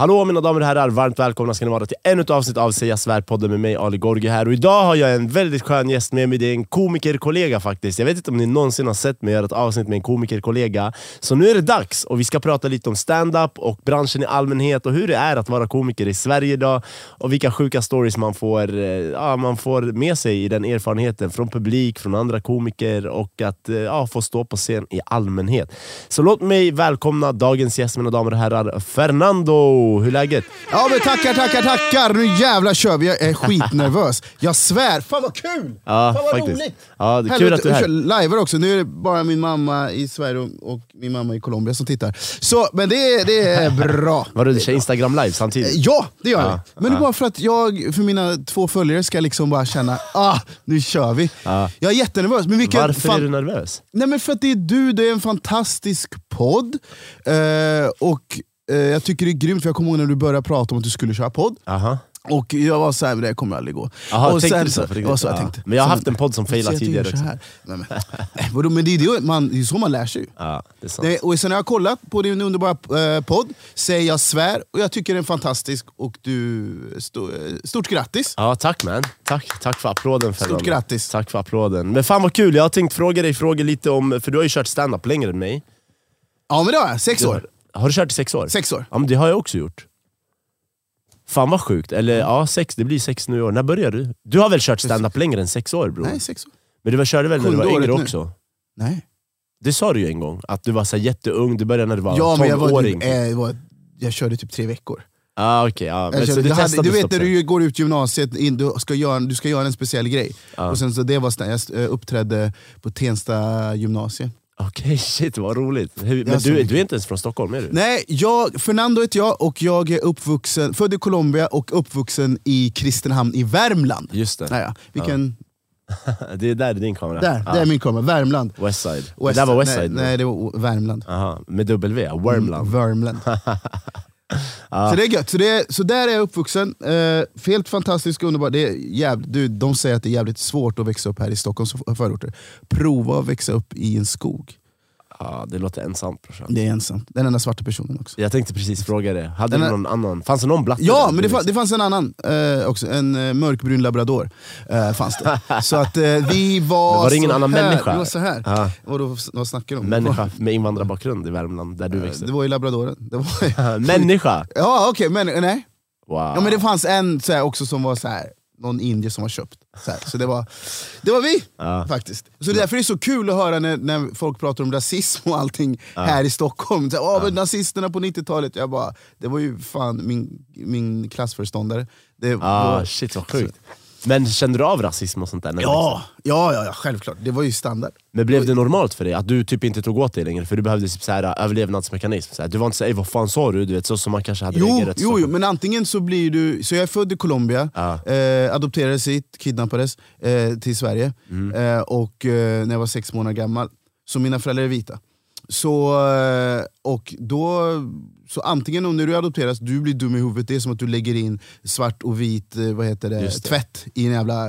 Hallå mina damer och herrar, varmt välkomna ska ni vara till ännu ett avsnitt av Säga Svär-podden med mig Ali Gorgi här. Och idag har jag en väldigt skön gäst med mig, det är en komikerkollega faktiskt. Jag vet inte om ni någonsin har sett mig göra ett avsnitt med en komikerkollega. Så nu är det dags och vi ska prata lite om stand-up och branschen i allmänhet och hur det är att vara komiker i Sverige idag. Och vilka sjuka stories man får med sig i den erfarenheten från publik, från andra komiker och att få stå på scen i allmänhet. Så låt mig välkomna dagens gäst mina damer och herrar, Fernando. Hur är läget? Ja men tackar. Nu jävla kör vi. Jag är skitnervös. Jag svär. Fan vad kul. Ja, fan vad faktiskt. roligt. Ja, det är kul att du är här. Live också. Nu är det bara min mamma i Sverige och min mamma i Colombia som tittar. Så, men det är bra. Var du kör Instagram live samtidigt? Ja, det gör jag. Men det är bara för att jag, för mina 2 följare ska liksom bara känna, nu kör vi. Jag är jättenervös. Men varför är du nervös? Nej men för att det är en fantastisk podd. Och jag tycker det är grymt, för jag kommer ihåg när du började prata om att du skulle köra podd. Och jag var såhär, men det kommer aldrig gå. Aha, och sen, så jag tänkte. Men jag har haft en podd som failade tidigare också. Men det är ju så man lär sig. Ja, det är sant. Och sen har jag kollat på din underbara podd, Säg jag svär, och jag tycker den är fantastisk. Och du, stort grattis. Ja, tack man. Tack för applåden. Stort grattis. Tack för applåden. Men fan vad kul, jag har tänkt fråga dig lite om, för du har ju kört stand-up längre än mig. Ja men det har jag, 6 år. Har du kört i 6 år? 6 år. Ja men det har jag också gjort. Fan vad sjukt. Eller 6, det blir 6 nu i år. När började du? Du har väl kört stand-up längre än 6 år bror? Nej, 6 år. Men du körde väl när du var yngre också? Nej. Det sa du ju en gång, att du var så jätteung, du började när du var 12-åring. Jag körde typ 3 veckor. Okej. Du vet när du går ut gymnasiet, du ska göra en speciell grej. Och sen så det var jag uppträdde på Tensta gymnasiet. Okej, shit vad roligt. Men du är inte ens från Stockholm, är du? Nej, Fernando heter jag och jag är född i Colombia och uppvuxen i Kristinehamn i Värmland. Just det. Naja, det är där din kamera. Det är min kamera, Värmland. Westside. Det där var Westside. Nej, det var Värmland. Aha, med W, Värmland. Värmland. Så det är gött, så där är jag uppvuxen. Helt fantastiskt, underbart. De säger att det är jävligt svårt att växa upp här i Stockholms förorter. Prova att växa upp i en skog. Ja, det låter ensamt. Det är ensamt, den enda svarta personen också. Jag tänkte precis fråga det, hade du någon annan? Fanns det någon blatte? Ja, men det fanns en annan också, en mörkbrun labrador fanns det. Så att vi var det ingen annan människa? Vi var så här. Vad snackar du om? Människa med invandrarbakgrund i Värmland, där du växte. Det var ju labradoren. Människa? Ja, okej, men nej. Wow. Ja, men det fanns en så här, också som var så här, någon indier som var köpt. Så det var vi faktiskt. Så därför är det så kul att höra när folk pratar om rasism och allting här i Stockholm. Men nazisterna på 90-talet, det var ju fan min klassföreståndare. Shit vad sjukt. Men kände du av rasism och sånt där? Ja, självklart. Det var ju standard. Men blev det normalt för dig att du typ inte tog åt dig längre? För du behövde typ så här överlevnadsmekanism. Så här. Du var inte såhär, vad fan sa du? Du vet, så som man kanske hade reagerat. Jo, men antingen så blir du... Så jag är född i Colombia, adopterades hit, kidnappades till Sverige. Och när jag var 6 månader gammal. Så mina föräldrar är vita. Så antingen om när du adopteras, du blir dum i huvudet. Det är som att du lägger in svart och vit tvätt i en jävla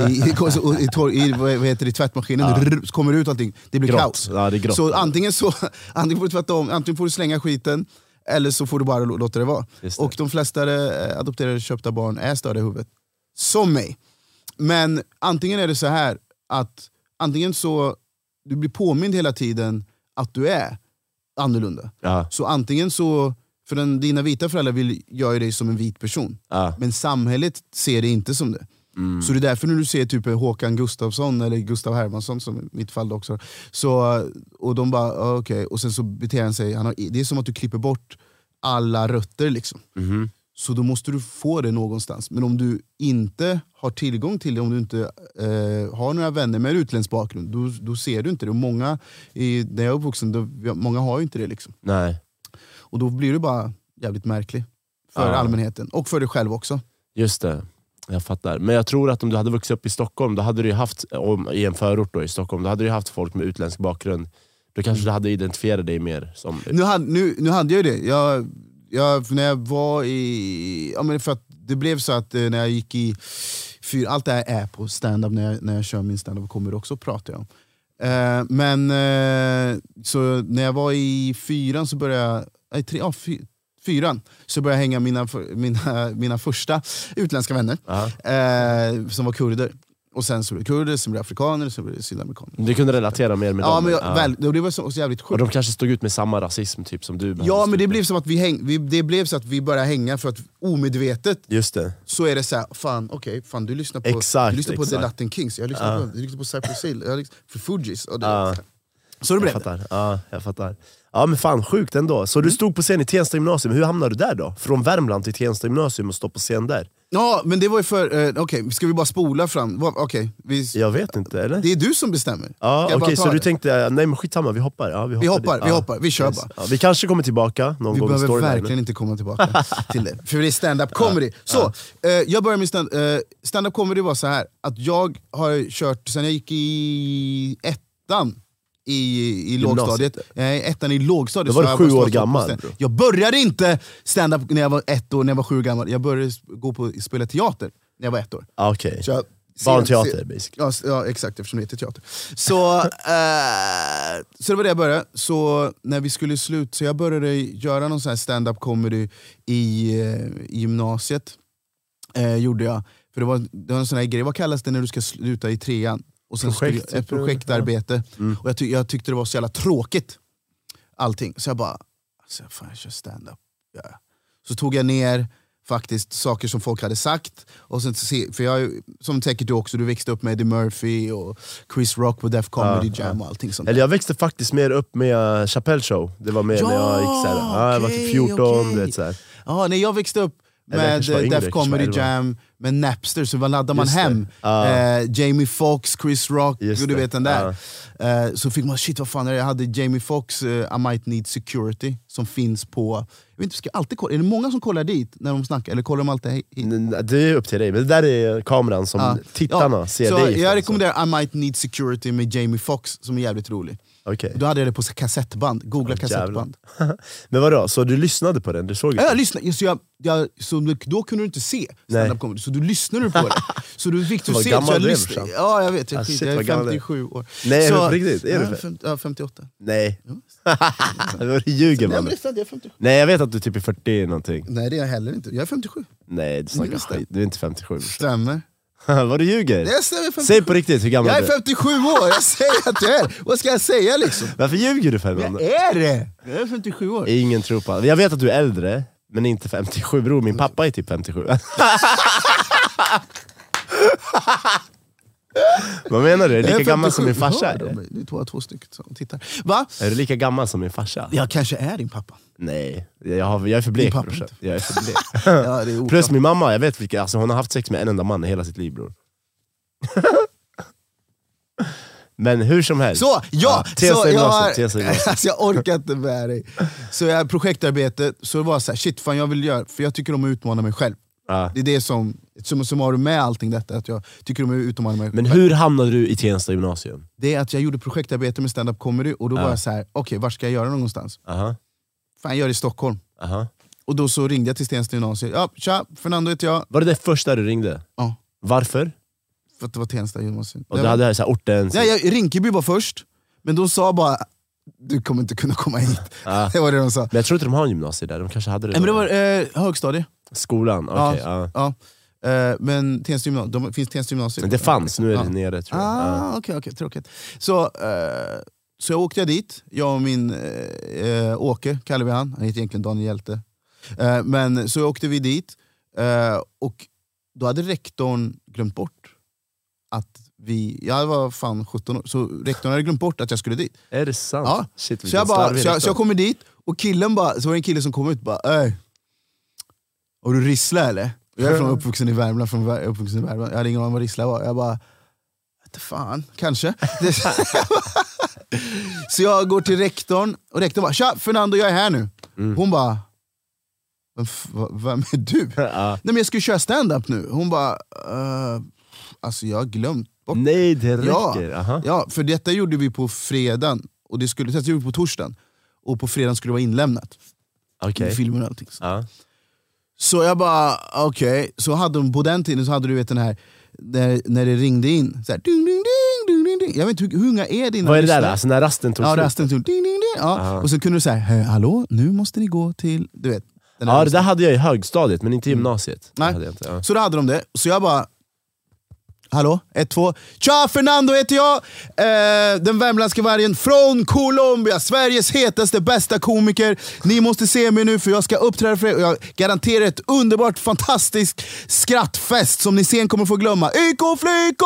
i tvättmaskinen. Så kommer det ut allting. Det blir kaos. Ja, det är grått. Så antingen får du tvätta om, antingen får du slänga skiten, eller så får du bara låta det vara. Och de flesta adopterade köpta barn är störda i huvudet. Som mig. Men antingen är det så här att antingen så du blir påmind hela tiden att du är annorlunda. Så antingen så, för dina vita föräldrar vill göra dig som en vit person. Men samhället ser det inte som det. Så det är därför när du ser typ Håkan Gustafsson eller Gustav Hermansson, som i mitt fall också, och de bara okej. Och sen så beter han sig, det är som att du klipper bort alla rötter liksom. Så då måste du få det någonstans. Men om du inte har tillgång till det, om du inte har några vänner med utländsk bakgrund, då ser du inte det. Och många, när jag är uppvuxen, många har ju inte det liksom. Nej. Och då blir du bara jävligt märklig för allmänheten. Och för dig själv också. Just det, jag fattar. Men jag tror att om du hade vuxit upp i Stockholm, då hade du haft, i en förort då i Stockholm, då hade du haft folk med utländsk bakgrund. Då kanske du hade identifierat dig mer som... Nu hade jag det. När jag var i... Ja, men för att det blev så att när jag gick i... Allt det här är på stand-up, när jag kör min stand-up kommer det också att prata om. Så när jag var i 4 så började jag... 4 så började jag hänga mina första utländska vänner som var kurder. Och sen så blev det kurder, sen blev det afrikaner, sen blev det sydamerikaner. Du kunde relatera mer med dem? Men det var så jävligt sjukt. Och de kanske stod ut med samma rasism typ som du? Ja, men det blev som att det blev så att vi började hänga för att omedvetet. Just det. Så är det så här, fan du lyssnar på på The Latin Kings, jag lyssnar på Cypress Hill, jag lyssnar på Fugees och så det blev det. Jag fattar. Ja men fan sjukt ändå. Så du stod på scen i Tensta gymnasium, hur hamnade du där då? Från Värmland till Tensta gymnasium och stå på scen där? Ja, men det var ju för, ska vi bara spola fram? Jag vet inte, eller? Det är du som bestämmer. Ja, okej, så du tänkte, nej men skitsamma, vi hoppar. Ja, vi hoppar, vi kör bara. Ja, vi kanske kommer tillbaka någon gång. Vi behöver verkligen inte komma tillbaka till det, för det är stand-up comedy. Så, jag började med stand-up comedy var så här att jag har kört, sen jag gick i ettan i lågstadiet. Ettan i lågstadiet. Då var du 7 år gammal. Jag började inte stand-up när jag var 1 år, när jag var 7 år gammal. Jag började spela teater när jag var 1 år. Okej. Barnteater basically. Ja, exakt, eftersom det heter teater. Så det var det jag började. Så när vi skulle sluta, så jag började göra någon sån här stand-up comedy i gymnasiet. Gjorde jag. För det var en sån här grej, vad kallas det när du ska sluta i 3:an? Och sen ett projektarbete. Och jag tyckte det var så jävla tråkigt allting. Så jag bara, fan jag kör stand-up. Ja. Så tog jag ner faktiskt saker som folk hade sagt. Och sen, för jag, som säkert du också, du växte upp med Eddie Murphy och Chris Rock på Def Comedy Jam och allting sånt. Eller jag växte faktiskt mer upp med Chappelle Show. Det var mer när jag gick såhär, jag var typ 14, du vet såhär. Ja, när jag växte upp med Def Comedy Jam, med Napster, så vad laddade man hem? Jamie Foxx, Chris Rock, du vet den där. Så fick man, shit vad fan är det? Jag hade Jamie Foxx, I Might Need Security, som finns på, jag vet inte, ska alltid kolla. Är det många som kollar dit när de snackar, eller kollar de alltid hit? Det är upp till dig, men det där är kameran som tittarna ser så dig. Jag rekommenderar I Might Need Security med Jamie Foxx, som är jävligt rolig. Okay. Då hade jag det på kassettband, googla kassettband. Men vadå, så du lyssnade på den? Du såg jag lyssnade, så då kunde du inte se stand-up comedy, så du lyssnade på det. Så du fick se, gammal du är. Ja, jag vet, jag är 57 år. Nej, så, riktigt, är du 58. Nej. Det ljuger man. Jag är 57. Nej, jag vet att du typ är 40 någonting. Nej, det är jag heller inte. Jag är 57. Nej, du snackar skit. Du är inte 57. Stämmer. Vad du ljuger? Jag stämmer 57. Säg på riktigt hur gammal jag är 57 år, jag säger att jag är. Vad ska jag säga liksom? Varför ljuger du för mig? Jag är det! Jag är 57 år. Ingen tror på. Jag vet att du är äldre, men inte 57. Bror, min pappa är typ 57. Vad menar du? Är du lika gammal som min farsa? Det är 2 stycken som tittar. Va? Är du lika gammal som min farsa? Jag kanske är din pappa. Nej, jag är för blek, brorsa. Jag är för blek. Ja, det är plus min mamma, jag vet vilka, alltså hon har haft sex med en enda man i hela sitt liv, bror. Men hur som helst. Så, jag orkar inte med dig. Så jag har projektarbete, så det var så här, shit fan jag vill göra, för jag tycker om att utmana mig själv. Det är det som har du med allting detta, att jag tycker om att utmana mig. Men hur hamnade du i Tensta gymnasium? Det är att jag gjorde projektarbete med stand-up comedy, och då var jag så här, okej, var ska jag göra någonstans? Fan, jag gör det i Stockholm. Och då så ringde jag till Tensta gymnasium. Ja, tja, Fernando heter jag. Var det första du ringde? Ja. Varför? För att det var Tensta gymnasium. Och du hade så här orten? Nej, Rinkeby var först. Men de sa bara, du kommer inte kunna komma hit. Det var det de sa. Men jag tror inte de har en gymnasium där, de kanske hade det. Men det var högstadie. Skolan, okej. Ja. Men Tensta gymnasium, finns Tensta gymnasium. Men det fanns, nu är det nere tror jag. Okej, tråkigt. Så jag åkte dit, jag och min Åke, kallar vi han heter egentligen Daniel Hjälte. Men så åkte vi dit, och då hade rektorn glömt bort att jag var fan 17 år, så rektorn hade glömt bort att jag skulle dit. Är det sant? Ja. Shit, så jag kommer dit, och killen bara, så var det en kille som kom ut och bara, har du rissla eller? Jag är uppvuxen i Värmland, jag hade ingen aning vad rissla var. Jag bara, inte fan, kanske. Så jag går till rektorn, och rektorn bara, tja Fernando, jag är här nu. Hon bara, vem är du? Nej men jag skulle köra stand-up nu. Hon bara, alltså jag har glömt bort. Nej, det räcker. Ja, för detta gjorde vi på fredagen, och det skulle gjorde på torsdagen, och på fredagen skulle det vara inlämnat. Okej. Filmen och allting. Så jag bara, okej. Så hade de på den tiden, så hade du vet den här, när det ringde in så här, ding, ding, ding, ding, ding. Jag vet inte hur unga är dina. Vad är det där? Alltså när rasten tog slut? Ja, rasten tog ding, ding, ding. Ja. Och så kunde du säga, hallå, nu måste ni gå till, du vet. Ja, det där hade jag i högstadiet, men inte i gymnasiet. Nej. Hade jag inte, ja. Så då hade de det, så jag bara... Hallå, 1, 2. Tja, Fernando heter jag. Den värmländska vargen från Colombia. Sveriges hetaste, bästa komiker. Ni måste se mig nu för jag ska uppträda för er. Och jag garanterar ett underbart, fantastiskt skrattfest som ni sen kommer få glömma. Yko fliko!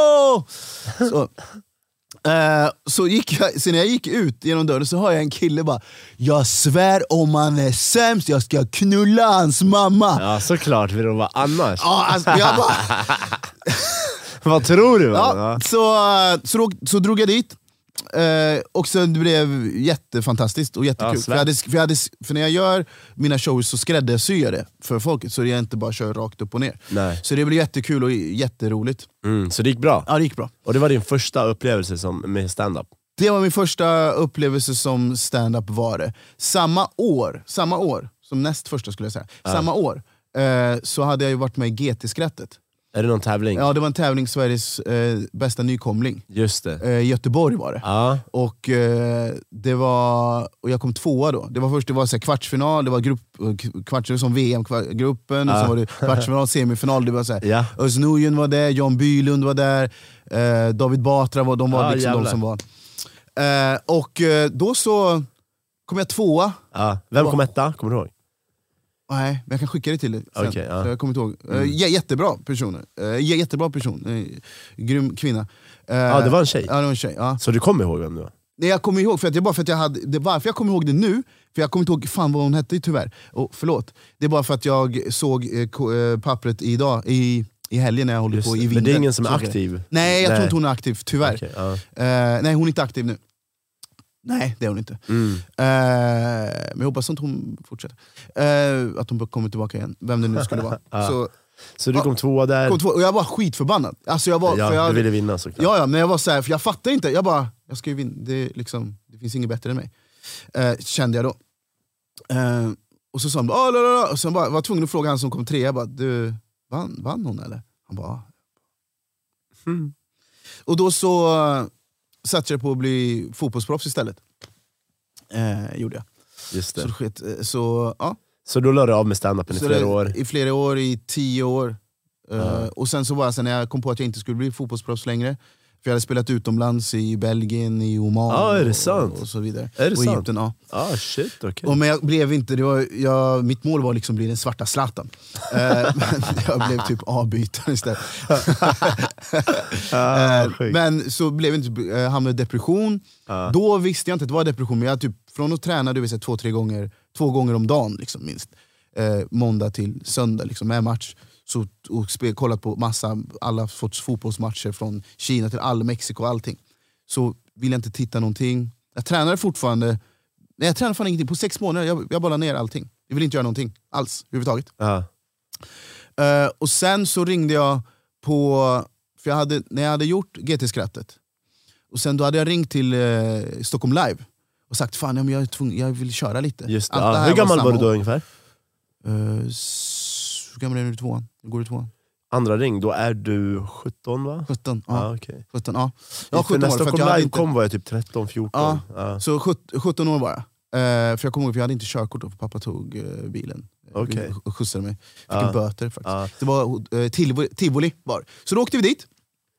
Så när jag gick ut genom dörren så hör jag en kille bara: jag svär om han är sämst, jag ska knulla hans mamma. Ja, såklart, vill de vara annars. Ja, alltså, jag bara... Vad tror du? Ja, så drog jag dit. Och så det blev jättefantastiskt och jättekul. För när jag gör mina shows så skräddarsyr jag det för folket, så jag inte bara kör rakt upp och ner. Nej. Så det blev jättekul och jätteroligt. Så det gick bra? Ja, det gick bra. Och det var din första upplevelse med stand-up? Det var min första upplevelse som stand-up var det. Samma år, som näst första skulle jag säga. Samma år så hade jag ju varit med i GT-skrattet. Är det någon tävling? Ja, det var en tävling, Sveriges bästa nykomling. Just det. Göteborg var det. Ja. Och jag kom 2 då. Det var så här kvartsfinal, det var kvartsfinal som VM-gruppen, och så var det kvartsfinal, semifinal. Det var så här, Özz Nujen var där, Jan Bylund var där, David Batra var, de var liksom de som var. Och då så kom jag 2. Ja. Vem kom 1? Kommer du ihåg? Nej, men jag kan skicka det till dig sen. Okay, ja. Jag kommer inte ihåg. Jättebra person. Grym kvinna. Ja, det var en tjej. Ja, det var en tjej. Ja. Så du kommer ihåg vem du var? Nej, jag kommer ihåg, varför jag kommer ihåg det nu, för jag kommer inte ihåg fan vad hon hette tyvärr. Och förlåt. Det är bara för att jag såg pappret idag i helgen när jag håller på i vinden. Men det är ingen som är aktiv? Nej, jag tror inte hon är aktiv, tyvärr. Okay, ja. Nej, hon är inte aktiv nu. Nej, det är hon inte. Men jag hoppas att hon fortsätter. Att hon kommer tillbaka igen. Vem det nu skulle vara. Så du kom 2 där? Och jag var skitförbannad. Alltså du ville vinna såklart. Ja, men jag var så här, för jag fattar inte. Jag ska ju vinna. Det finns inget bättre än mig. Kände jag då. Och så sa han, och så var jag tvungen att fråga han som kom 3. Jag bara, du, vann hon eller? Han bara, Och då så satsade jag på att bli fotbollsproffs istället. Gjorde jag. Just det. Så då lade du av med stand-upen i flera år? I flera år, i 10 år. Och sen så var jag, när jag kom på att jag inte skulle bli fotbollsproffs längre, för jag hade spelat utomlands i Belgien, i Oman är det sant? Och så vidare. Är det och sant? Egypten, Shit, okay. Men jag blev inte, mitt mål var liksom att bli den svarta Zlatan. Men jag blev typ avbytare istället. Men så blev jag inte, hamnade i depression. Då visste jag inte att det var depression, men jag typ från att träna 2 gånger om dagen liksom, minst. Måndag till söndag liksom, med match. Och kollat på alla sorts fotbollsmatcher från Kina till Mexiko och allting. Så vill jag inte titta någonting. Jag tränade fortfarande. Nej, jag tränade fan ingenting. På 6 månader, jag bara ner allting. Jag vill inte göra någonting alls, överhuvudtaget. Och sen så ringde jag på, för när jag hade gjort GT-skrattet. Och sen då hade jag ringt till Stockholm Live och sagt, fan jag vill köra lite. Just det. Hur gammal var du då ungefär? Hur gammal är du i 2? Går du 2? Andra ring, då är du 17 va? 17, ja. Okay. 17, ja. För när Stockholm Live kom var jag typ 13-14. Ja. Så 17 år var jag. För jag kommer ihåg, för jag hade inte körkort då, för pappa tog bilen. Okay. Och skjutsade mig. Fick en böter faktiskt. Det var Tivoli var. Så då åkte vi dit.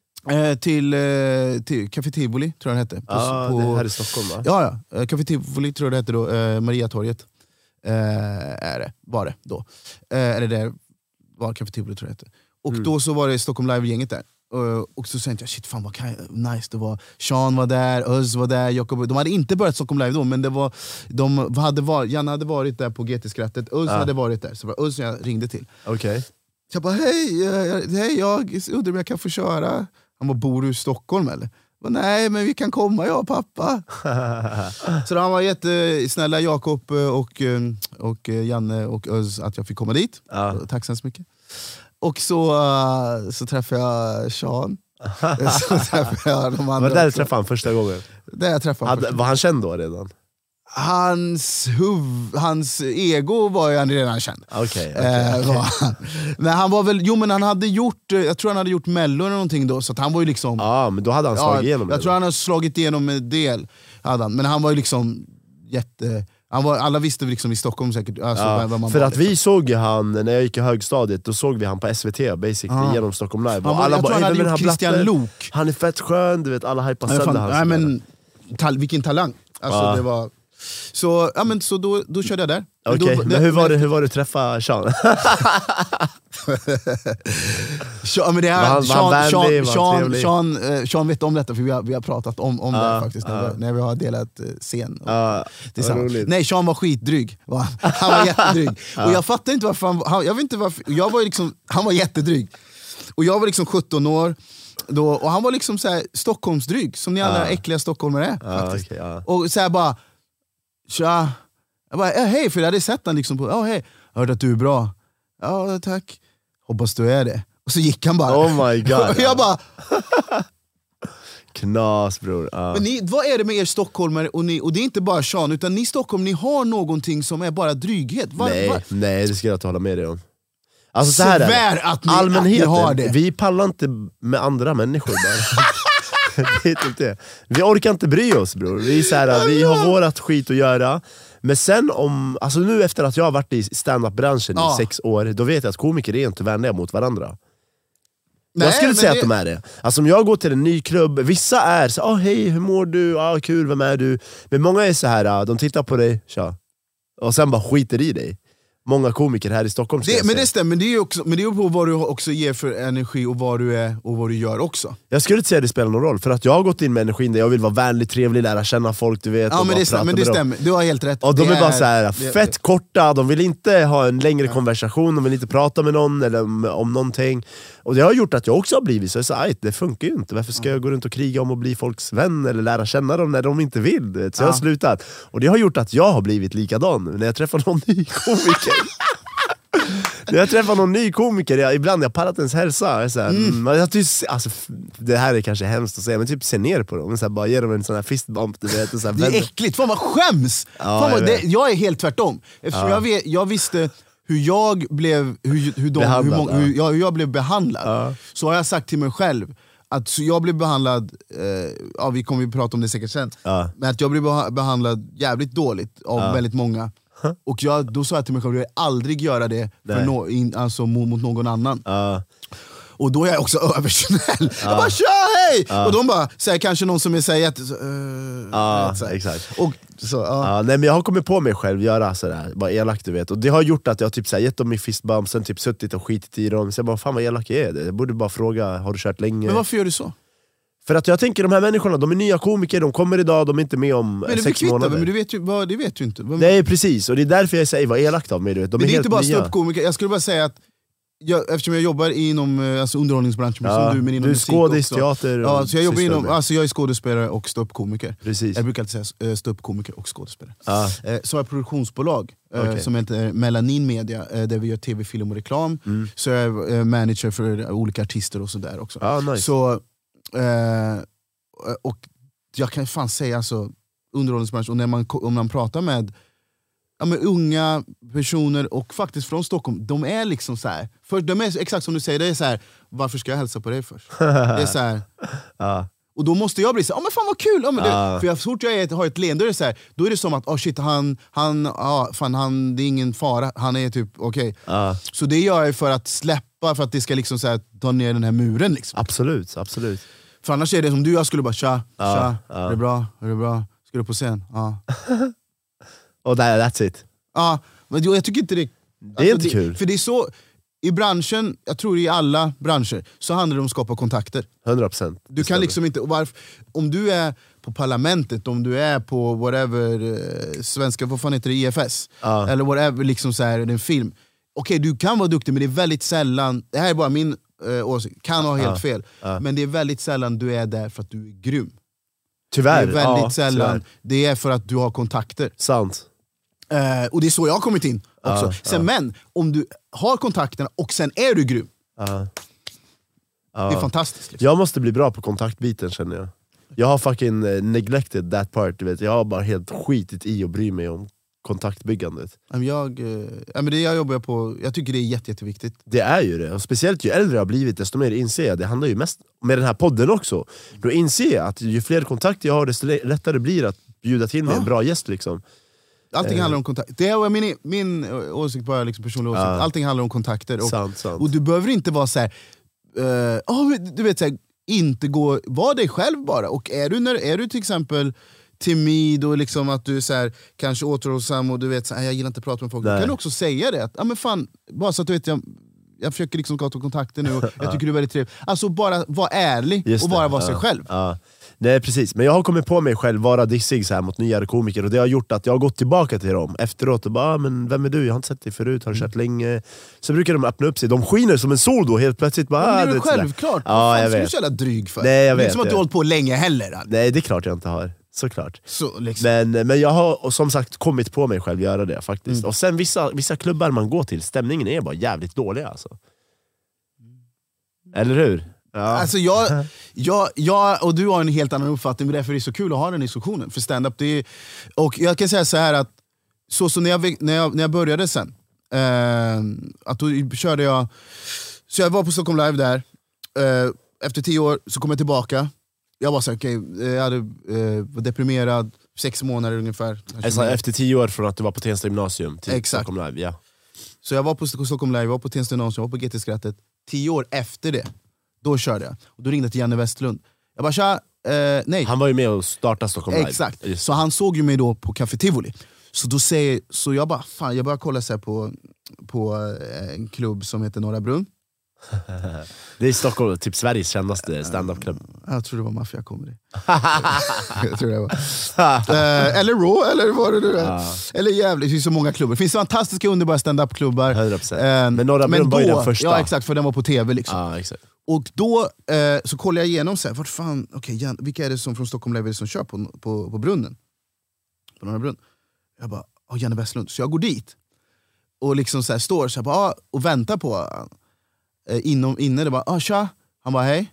Till Café Tivoli tror jag det hette. Det här i Stockholm va? Ja. Café Tivoli tror jag det hette då. Mariatorget. Var det då. Eller det var Café Tivoli tror jag det hette. Och då så var det Stockholm Live-gänget där. Och så tänkte jag, shit fan vad nice det var. Sean var där, Özz var där, Jakob. De hade inte börjat Stockholm Live då, men Janne hade varit där på GT-skrattet. Özz hade varit där, så var Özz jag ringde till. Okay. Så jag bara, hej, jag undrar om jag kan få köra. Han bara, bor du i Stockholm eller? Bara, nej, men vi kan komma, jag och pappa. Så då han var jättesnälla, Jakob och Janne och Özz, att jag fick komma dit. Tack så mycket. Och så träffade jag Sean. Så träffade jag de andra. Var det där du träffade han första gången? Det jag träffade var han känd då redan? Hans ego var ju redan känd. Okay. Men han var väl, men han hade gjort, jag tror han hade gjort Mello eller någonting då, så att han var ju liksom. Men då hade han slagit igenom. Jag tror han hade slagit igenom en del, hade han. Men han var ju liksom Alla visste liksom i Stockholm säkert vad för att vi såg ju han, när jag gick i högstadiet, då såg vi han på SVT basically genom Stockholm Live. Och alla bara, han hade Christian Lok. Han är fett skön, du vet, alla hypade sönder han. Nej, men vilken talang. Alltså det var... Så, så då körde jag där. Okej, men hur var det att träffa Sean? Sean vet om detta, för vi har pratat om det faktiskt när vi har delat scen tillsammans. Nej, Sean var skitdryg. Han var jättedryg. Och jag fattar inte varför jag vet inte varför. Han var jättedryg. Och jag var liksom 17 år då, och han var liksom så här Stockholmsdryg, som ni alla äckliga stockholmare är faktiskt. Och så här bara, tja. Jag bara, hej, för jag hade sett han liksom på, hej, jag hörde att du är bra. Ja, tack. Hoppas du är det. Och så gick han bara. Oh my god. Och jag bara... Knas, bror. Men vad är det med er stockholmare och det är inte bara Sean, utan ni Stockholm, ni har någonting som är bara dryghet. Nej, det ska jag inte hålla med dig om. Alltså så här svär att ni har det. Vi pallar inte med andra människor bara. Det är typ det. Vi orkar inte bry oss, bror. Vi är så här, vi har vårat skit att göra. Men sen alltså nu efter att jag har varit i stand-up-branschen i 6 år, då vet jag att komiker är inte vänliga mot varandra. Jag skulle säga att de är det. Alltså om jag går till en ny klubb, vissa är så hej, hur mår du? Kul, vem är du? Men många är så här, de tittar på dig, tja. Och sen bara skiter i dig. Många komiker här i Stockholm. Men det stämmer, men det är ju på vad du också ger för energi och vad du är och vad du gör också. Jag skulle inte säga att det spelar någon roll, för att jag har gått in med energin där jag vill vara vänlig, trevlig, lära känna folk, du vet. Ja, men det stämmer, du har helt rätt. Och de är bara så här fett korta, de vill inte ha en längre konversation, de vill inte prata med någon eller om någonting. Och det har gjort att jag också har blivit så det funkar ju inte. Varför ska jag gå runt och kriga om att bli folks vän eller lära känna dem när de inte vill? Så jag har slutat. Och det har gjort att jag har blivit likadan när jag träffar någon ny komiker. När jag träffar någon ny komiker, ibland jag pallat ens hälsa. Alltså, det här är kanske hemskt att säga, men typ se ner på dem, så här, bara ge dem en sån här fistbump, du vet, och så här, det är äckligt, fan vad skäms! Jag är helt tvärtom. Eftersom jag visste hur jag blev hur jag blev behandlad, så har jag sagt till mig själv att jag blev behandlad, vi kommer ju prata om det säkert sen, men att jag blev behandlad jävligt dåligt av väldigt många. Och då sa jag till mig själv att jag aldrig göra det för mot någon annan. Och då är jag också översnäll. Jag bara, tja, hej! Och de bara, kanske någon som är såhär exakt. Och nej, men jag har kommit på mig själv göra sådär, bara elakt, du vet. Och det har gjort att jag typ såhär, gett dem i fistbump, sen typ suttit och skitit i dem. Så jag bara, fan vad elak är det? Jag borde bara fråga, har du kört länge? Men varför gör du så? För att jag tänker, de här människorna, de är nya komiker, de kommer idag, de är inte med om 6 månader. Men det vet du inte. Nej, precis, och det är därför jag säger, vad elakt av mig, du vet. Men det är inte bara ståuppkomiker, jag skulle bara säga att eftersom jag jobbar inom underhållningsbranschen, som du, men inom musik skådis, teater, så jag jobbar jag är skådespelare och ståuppkomiker. Precis. Jag brukar alltid säga ståuppkomiker och skådespelare. Så har jag produktionsbolag som heter Melanin Media, där vi gör tv, film och reklam. Så jag är manager för olika artister och sådär också. Nice. Så och jag kan fan säga, alltså, underhållningsbranschen, och om man pratar med unga personer och faktiskt från Stockholm, de är liksom så här, för de är exakt som du säger, det är så här, varför ska jag hälsa på dig först? Det är så här, och då måste jag bli så här, men fan vad kul! För så fort jag har ett leende, då är det så här, då är det som att shit, han det är ingen fara, han är typ okej. Så det gör jag för att släppa, för att det ska liksom så här, ta ner den här muren liksom. Absolut. För annars är det som jag skulle bara, tja, är det bra? Ska du på scen? Och that's it. Men jag tycker inte det är inte kul. För det är så, i branschen, jag tror i alla branscher, så handlar det om att skapa kontakter. 100%. Du kan liksom inte, om du är på parlamentet, om du är på whatever, svenska, vad fan heter det, EFS, eller whatever, liksom så här, en film. Okej, du kan vara duktig, men det är väldigt sällan, det här är bara min åsikt, kan ha helt fel, men det är väldigt sällan du är där för att du är grym. Tyvärr. Det är väldigt sällan, det är för att du har kontakter. Sant. Och det är så jag har kommit in också. Men om du har kontakterna och sen är du grym, det är fantastiskt liksom. Jag måste bli bra på kontaktbiten, känner jag. Jag har fucking neglected that part, du vet. Jag har bara helt skitit i och bry mig om kontaktbyggandet. Det jag jobbar på, jag tycker det är jätteviktigt. Det är ju det, och speciellt ju äldre jag har blivit, desto mer inser jag. Det handlar ju mest med den här podden också. Då inser jag att ju fler kontakter jag har, desto lättare blir att bjuda till mig en bra gäst liksom. Allting handlar om kontakt. Det är min åsikt, bara liksom personlig åsikt. Allting handlar om kontakter. Sant. Och du behöver inte vara så här, du vet så här, inte gå, var dig själv bara. Och är du till exempel timid och liksom att du är så här, kanske återhållsam och du vet så här, jag gillar inte att prata med folk. Du kan också säga det, att men fan, bara så att du vet, jag försöker liksom skapa kontakter nu och jag tycker du är väldigt trevlig. Alltså bara vara ärlig och bara vara sig själv. Nej, precis. Men jag har kommit på mig själv vara dissig så här mot nyare komiker, och det har gjort att jag har gått tillbaka till dem efteråt och bara, men vem är du? Jag har inte sett dig förut, har du kört länge? Så brukar de öppna upp sig, de skiner som en sol då helt plötsligt bara, det är självklart. Ja, jag vet. vet. Du är så jävla dryg för. Nej, jag det är vet, inte som att du har hållit på länge heller. Nej, det är klart jag inte har. Såklart. Så, liksom. Men jag har som sagt kommit på mig själv göra det faktiskt. Och sen vissa klubbar man går till, stämningen är bara jävligt dålig alltså. Eller hur? Ja. Alltså jag och du har en helt annan uppfattning, men därför är det så kul att ha den diskussionen. För stand-up, det är, och jag kan säga så här att så när jag började sen, att då körde jag, så jag var på Stockholm Live där, efter 10 år så kom jag tillbaka. Jag var så jag var deprimerad 6 månader ungefär. Alltså, efter 10 år från att du var på Tensta gymnasium till Exakt. Stockholm Live, ja. Så jag var på Stockholm Live, jag var på Tensta gymnasium, jag var på GT-skrattet. 10 år efter det, då körde jag. Och då ringde jag till Janne Westlund. Jag bara, tja, nej. Han var ju med och startade Stockholm Live. Exakt, så han såg ju mig då på Café Tivoli. Så jag bara, fan, jag började kolla så här på en klubb som heter Norra Brunn. Det är Stockholm, typ Sveriges kändaste stand-up-klubb. Jag tror det var Mafia Comedy. Jag tror det var. Eller Raw, eller vad det nu är. Eller jävligt, det finns så många klubbar. Det finns fantastiska underbara stand-up-klubbar. 100%. Men Norra Brunn var ju den första. Ja exakt, för den var på tv liksom. Exakt. Och då så kollade jag igenom så här, vart fan, vilka är det som från Stockholm Live som kör på Brunnen? På Norra Brunn. Jag bara, Janne Westlund. Så jag går dit. Och liksom så här, står så här, bara, och väntar på inne det bara, tja. Han bara, hej.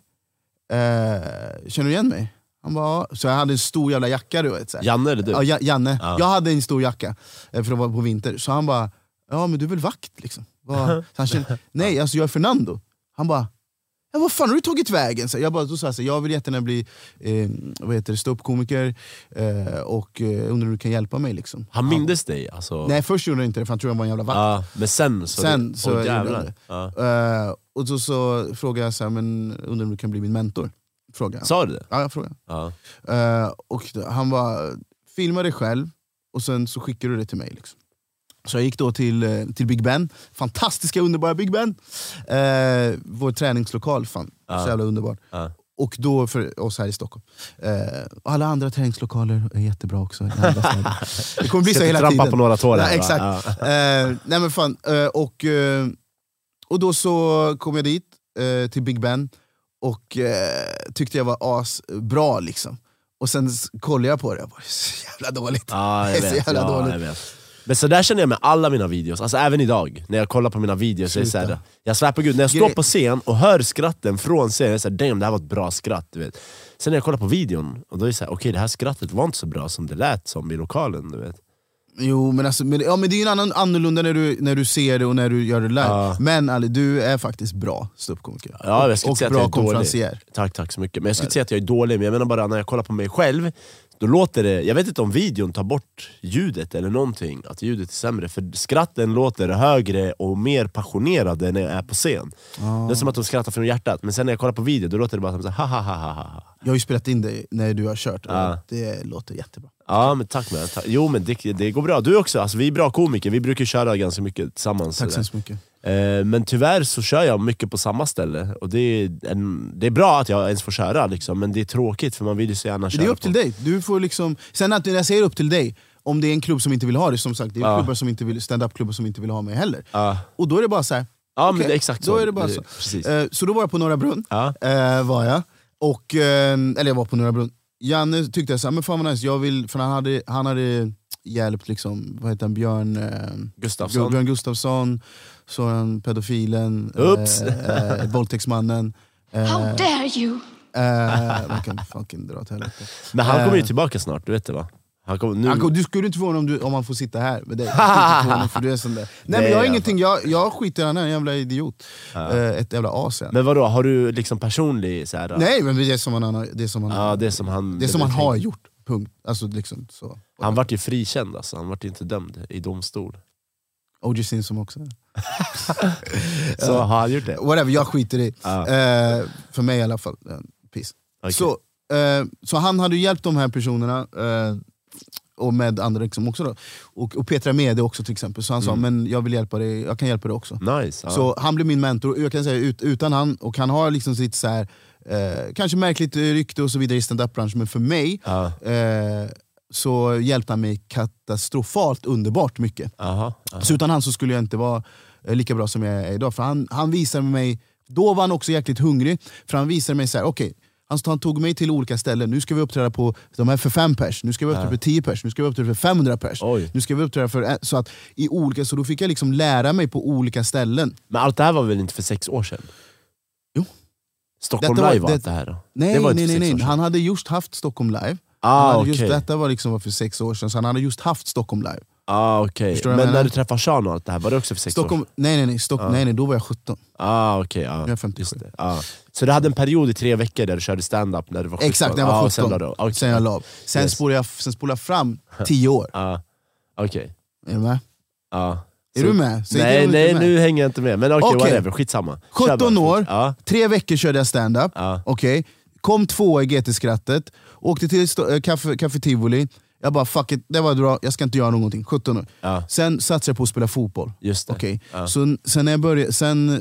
Känner du igen mig? Han bara, så jag hade en stor jävla jacka, du vet. Så här. Janne eller du? Ja, Janne. Ja. Jag hade en stor jacka, för det var på vinter. Så han bara, ja men du är väl vakt liksom. Så han kände, nej alltså jag är Fernando. Han bara, vad fan har du tagit vägen? Så då sa jag vill jättegärna bli ståuppkomiker och undrar om du kan hjälpa mig liksom. Han mindes dig alltså? Nej, först gjorde han inte det, för han tror han var en jävla vakt. Men sen så jävlar. Och så frågade jag så här, men undrar om du kan bli min mentor? Sa du det? Ja, jag frågade. Och han var, filma dig själv och sen så skickar du det till mig liksom. Så jag gick då till Big Ben, fantastiska underbara Big Ben, vår träningslokal, fan, så jävla underbart. Och då för oss här i Stockholm. Alla andra träningslokaler är jättebra också. Det kommer bli så hela tiden. Trampa på några tår. Ja, exakt. Nej men fan, och då så kom jag dit till Big Ben och tyckte jag var asbra liksom. Och sen kollade jag på det, jag bara, det är så jävla dåligt. Jag vet. Men så där känner jag med alla mina videos, alltså även idag när jag kollar på mina videos så är det så här, jag svär på gud, när jag står på scen och hör skratten från scenen, jag är så här, damn, det här var ett bra skratt, du vet. Sen när jag kollar på videon och då är det så här, okej, det här skrattet var inte så bra som det lät som i lokalen, du vet. Jo men alltså, men det är ju annorlunda när du ser det och när du gör det live. Men Ali, du är faktiskt bra ståuppkomiker. Ja, jag skulle och säga bra att jag är konferencier. Tack så mycket. Men jag skulle inte säga att jag är dålig, men jag menar bara när jag kollar på mig själv, då låter det, jag vet inte om videon tar bort ljudet eller någonting, att ljudet är sämre, för skratten låter högre och mer passionerade när jag är på scen. Det är som att de skrattar från hjärtat, men sen när jag kollar på video då låter det bara som så här, ha ha ha ha. Jag har ju spelat in det när du har kört, det låter jättebra. Ja men tack man. Jo men det går bra, du också, alltså, vi är bra komiker, vi brukar köra ganska mycket tillsammans. Tack så mycket. Men tyvärr så kör jag mycket på samma ställe, och det är bra att jag ens får köra liksom, men det är tråkigt för man vill ju så gärna köra. Det är upp till dig, du får liksom, sen att jag säger upp till dig, om det är en klubb som inte vill ha det, som sagt, det är klubbar som inte vill, stand-up-klubbar som inte vill ha mig heller. Och då är det bara så här. Ja men det är exakt så. Då är det bara så. Så då var jag på Norra Brunn, var jag. Och, eller jag var på Norra Brunn. Janne tyckte jag så här, men fan vad nice, jag vill, för han hade hjälpt liksom, vad heter han, Björn Gustafsson, så han pedofilen, våldtäktsmannen. How dare you? Man kan fucking dra åt helvete. Men han kommer ju tillbaka snart, du vet det va? Du skulle inte få honom om han får sitta här med dig. För du är sån där. Nej men jag har ingenting, jag skiter i den här jävla idiot. Ett jävla as. Men vadå, har du liksom personlig så här? Nej men det är som han har gjort. Punkt. Alltså liksom så. Han vart ju frikänd alltså. Han vart ju inte dömd i domstol. O.J. Simpson också. Så har han gjort det? Whatever, jag skiter i. För mig i alla fall. Peace. Okay. Så han hade ju hjälpt de här personerna och med andra liksom också då. Och Petra Mede också till exempel. Så han sa, men jag vill hjälpa dig, jag kan hjälpa dig också. Nice. Så han blev min mentor, jag kan säga utan han, och han har liksom sitt så här, kanske märkligt rykte och så vidare i stand-up-branschen, men för mig så hjälpte han mig katastrofalt underbart mycket. Så utan han så skulle jag inte vara lika bra som jag är idag. För han visade mig, då var han också jäkligt hungrig, för han visade mig så här: okej, han tog mig till olika ställen. Nu ska vi uppträda på de här för 5 pers, nu ska vi uppträda för 10 pers, nu ska vi uppträda för 500 pers. Nu ska vi uppträda för så att i olika, så då fick jag liksom lära mig på olika ställen. Men allt det här var väl inte för 6 år sedan? Jo. Stockholm Live var allt det här då? Nej. Han hade just haft Stockholm Live. Detta var liksom för 6 år sedan, så han hade just haft Stockholm Live. Okej. Men när du träffade Sean och allt det här, var det också för 6 år sedan? Nej, då var jag 17. Okej. Jag är 57. Så du hade en period i 3 veckor där du körde stand-up när du var 17? Exakt, när jag var 17. Sen jag la. Sen spolade jag fram 10 år. Okej. Är du med? Är Så, du med? Nej, nu hänger jag inte med. Men okej, whatever, skitsamma. 17 år, 3 veckor körde jag stand-up. Okej. Kom 2 i GT-skrattet, åkte till Café Tivoli. Jag bara fuck it, det var bra, jag ska inte göra någonting. 17 år. Sen satsade jag på att spela fotboll. Just det. Okay. Sen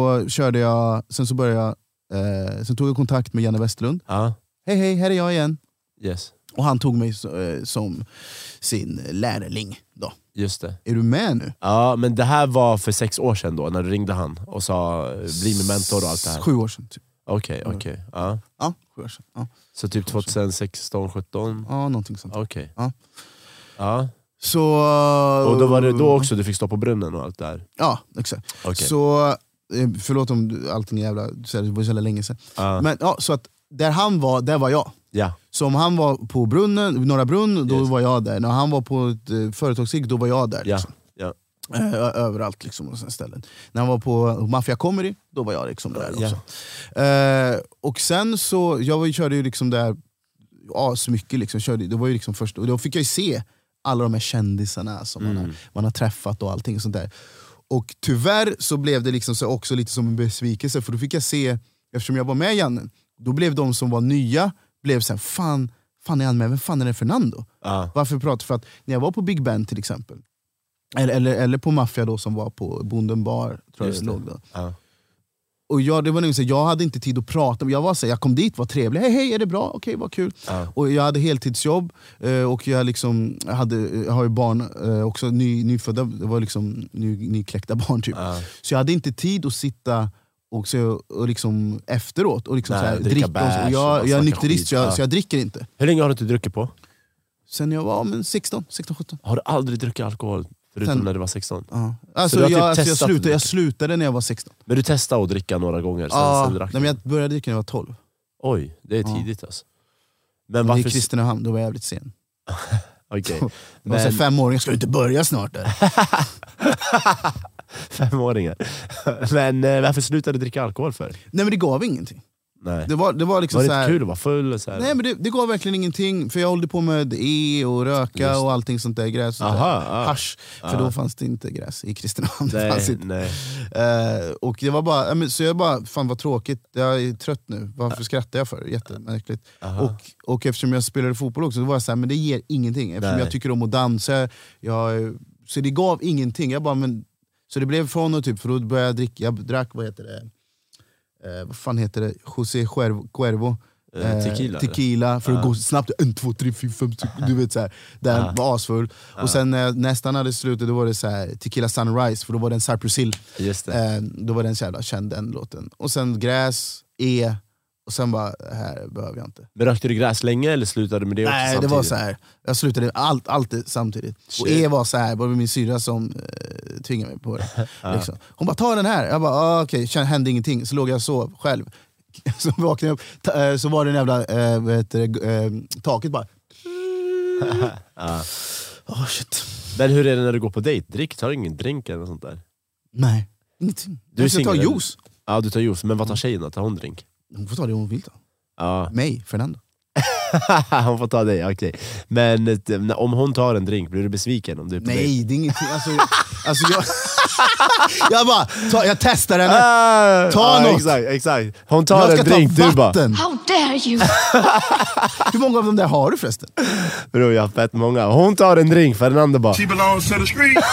tog jag kontakt med Janne Westerlund. Hej, här är jag igen. Yes. Och han tog mig som sin lärling då. Just det. Är du med nu? Ja, men det här var för 6 år sedan då, när du ringde han och sa bli min mentor och allt det här. 7 år sedan typ. Okej. 7 år sedan. Så typ 2016, 17? Ja, någonting sånt. Okej. Så, och då var det då också du fick stå på brunnen och allt det här? Ja, exakt. Okay. Så, förlåt om allting jävla, det var så länge sedan. Men så att där han var, där var jag. Så om han var på brunnen, Norra Brunn, då var jag där. När han var på ett företagsgig, då var jag där liksom. Överallt liksom, och ställen. När han var på Mafia Comedy, då var jag liksom där också. Och sen så, körde ju liksom där asmycket liksom, det var ju liksom först, och då fick jag ju se alla de här kändisarna som man har träffat och allting sånt där. Och tyvärr så blev det liksom så också lite som en besvikelse, för då fick jag se, eftersom jag var med Janne, då blev de som var nya blev så här, fan är han med? Vem fan är det Fernando? Varför pratar? För att när jag var på Big Ben till exempel, eller på Mafia då, som var på Bonden Bar, tror jag det låg då. Och det var nog så, jag hade inte tid att prata. Jag var så, jag kom dit, var trevlig. Hej, är det bra? Okej, vad kul. Och jag hade heltidsjobb och jag liksom jag har ju barn också, nyfödda, det var liksom nykläckta barn typ. Så jag hade inte tid att sitta och liksom efteråt och liksom så här, dricka bärs. Jag är nykterist, så jag dricker inte. Hur länge har du inte druckit på? Sen jag var 16-17. Har du aldrig druckit alkohol? Förutom när du var 16? Alltså, jag slutade när jag var 16. Men du testade att dricka några gånger? Men jag började dricka när jag var 12. Oj, det är tidigt alltså. Men varför... I Kristinehamn, då var jag jävligt sen. Okej. Men 5-åringar, ska du inte börja snart där? 5-åringar. Men varför slutade du dricka alkohol för? Nej, men det gav ingenting. Nej. Det var liksom var det så här, inte kul att vara full? Så här? Nej, men det gav verkligen ingenting. För jag höll på med och röka och allting sånt där gräs. Hasch. För då fanns det inte gräs i Kristinehamn. Och det var bara, så jag bara, fan vad tråkigt. Jag är trött nu. Varför skrattar jag för? Jättemärkligt. Och eftersom jag spelade fotboll också, då var jag så här, men det ger ingenting. Eftersom jag tycker om att dansa. Så det gav ingenting. Jag bara, så det blev från och typ, för då började jag dricka. Jag drack, vad heter det? Vad fan heter det? José Cuervo. Tequila för att gå snabbt. 1, 2, 3, 4, 5, du vet såhär. Den var asfull. Och sen nästan hade slutet, då var det så här, Tequila Sunrise, för då var det en Cypress Hill. Just det. Då var den så jävla känd, den låten. Och sen gräs, och sen bara, här behöver jag inte. Men rökte du gräs länge eller slutade med det också samtidigt? Nej, det var så här. Jag slutade alltid samtidigt. Shit. Och var så här, bara min syra som tvingade mig på det. Liksom. Hon bara, ta den här. Jag bara, okej, hände ingenting. Så låg jag så själv. Så vaknade jag upp, så var det en jävla taket bara. Shit. Men hur är det när du går på dejt? Tar du ingen drink eller något sånt där? Nej, ingenting. Du tar juice. Ja, du tar juice. Men vad tar tjejerna? Tar hon drink? Hon får ta det hon vill ta. Mig, Fernando. Hon får ta dig, okej. Men om hon tar en drink, blir du besviken om du är på dig? Nej, det är ingenting. Alltså jag testar henne. Ta något. Exakt. Hon tar en drink, du bara... How dare you? Hur många av dem där har du förresten? Bro, jag har fett många. Hon tar en drink, Fernando bara... She belongs to the street.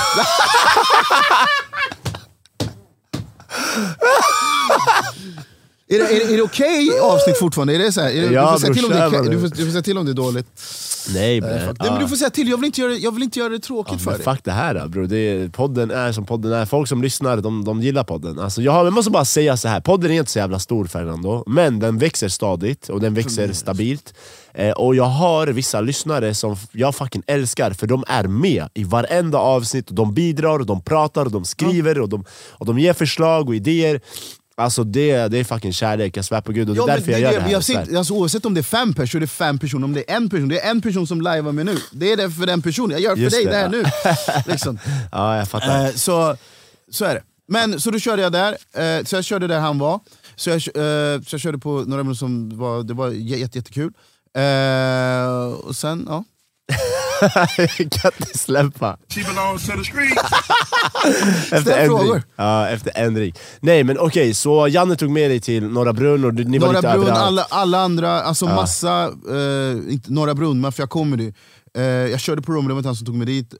Är det okej avsnitt fortfarande? Är det så här? Ja, du får säga till om det är dåligt. Nej, men du får säga till, jag vill inte göra det tråkigt för dig. Fuck det här bro, podden är som podden är. Folk som lyssnar, de gillar podden. Alltså, jag måste bara säga så här. Podden är inte så jävla stor, Fernando, men den växer stadigt och den växer stabilt. Och jag har vissa lyssnare som jag fucking älskar, för de är med i varenda avsnitt och de bidrar och de pratar och de skriver och de ger förslag och idéer. Alltså det är fucking kärlek, jag svär på Gud. Och det är därför jag gör det här. Alltså, oavsett om det är 5 personer, det är 5 personer. Om det är en person, det är en person som livear med nu. Det är det för den personen, jag gör för dig det här nu liksom. Ja, jag fattar. Så är det. Men så då körde jag där, så jag körde där han var. Så jag körde på några minuter som det var jättekul. Och sen, ja. Jag kan inte släppa. She belongs to the street. Efter en drink. Nej men okej, så Janne tog med dig till Norra Brunn och ni var lite överallt. Alla andra, alltså massa, inte Norra Brunn, Mafia Comedy. Jag körde på Romeo, han som tog mig dit.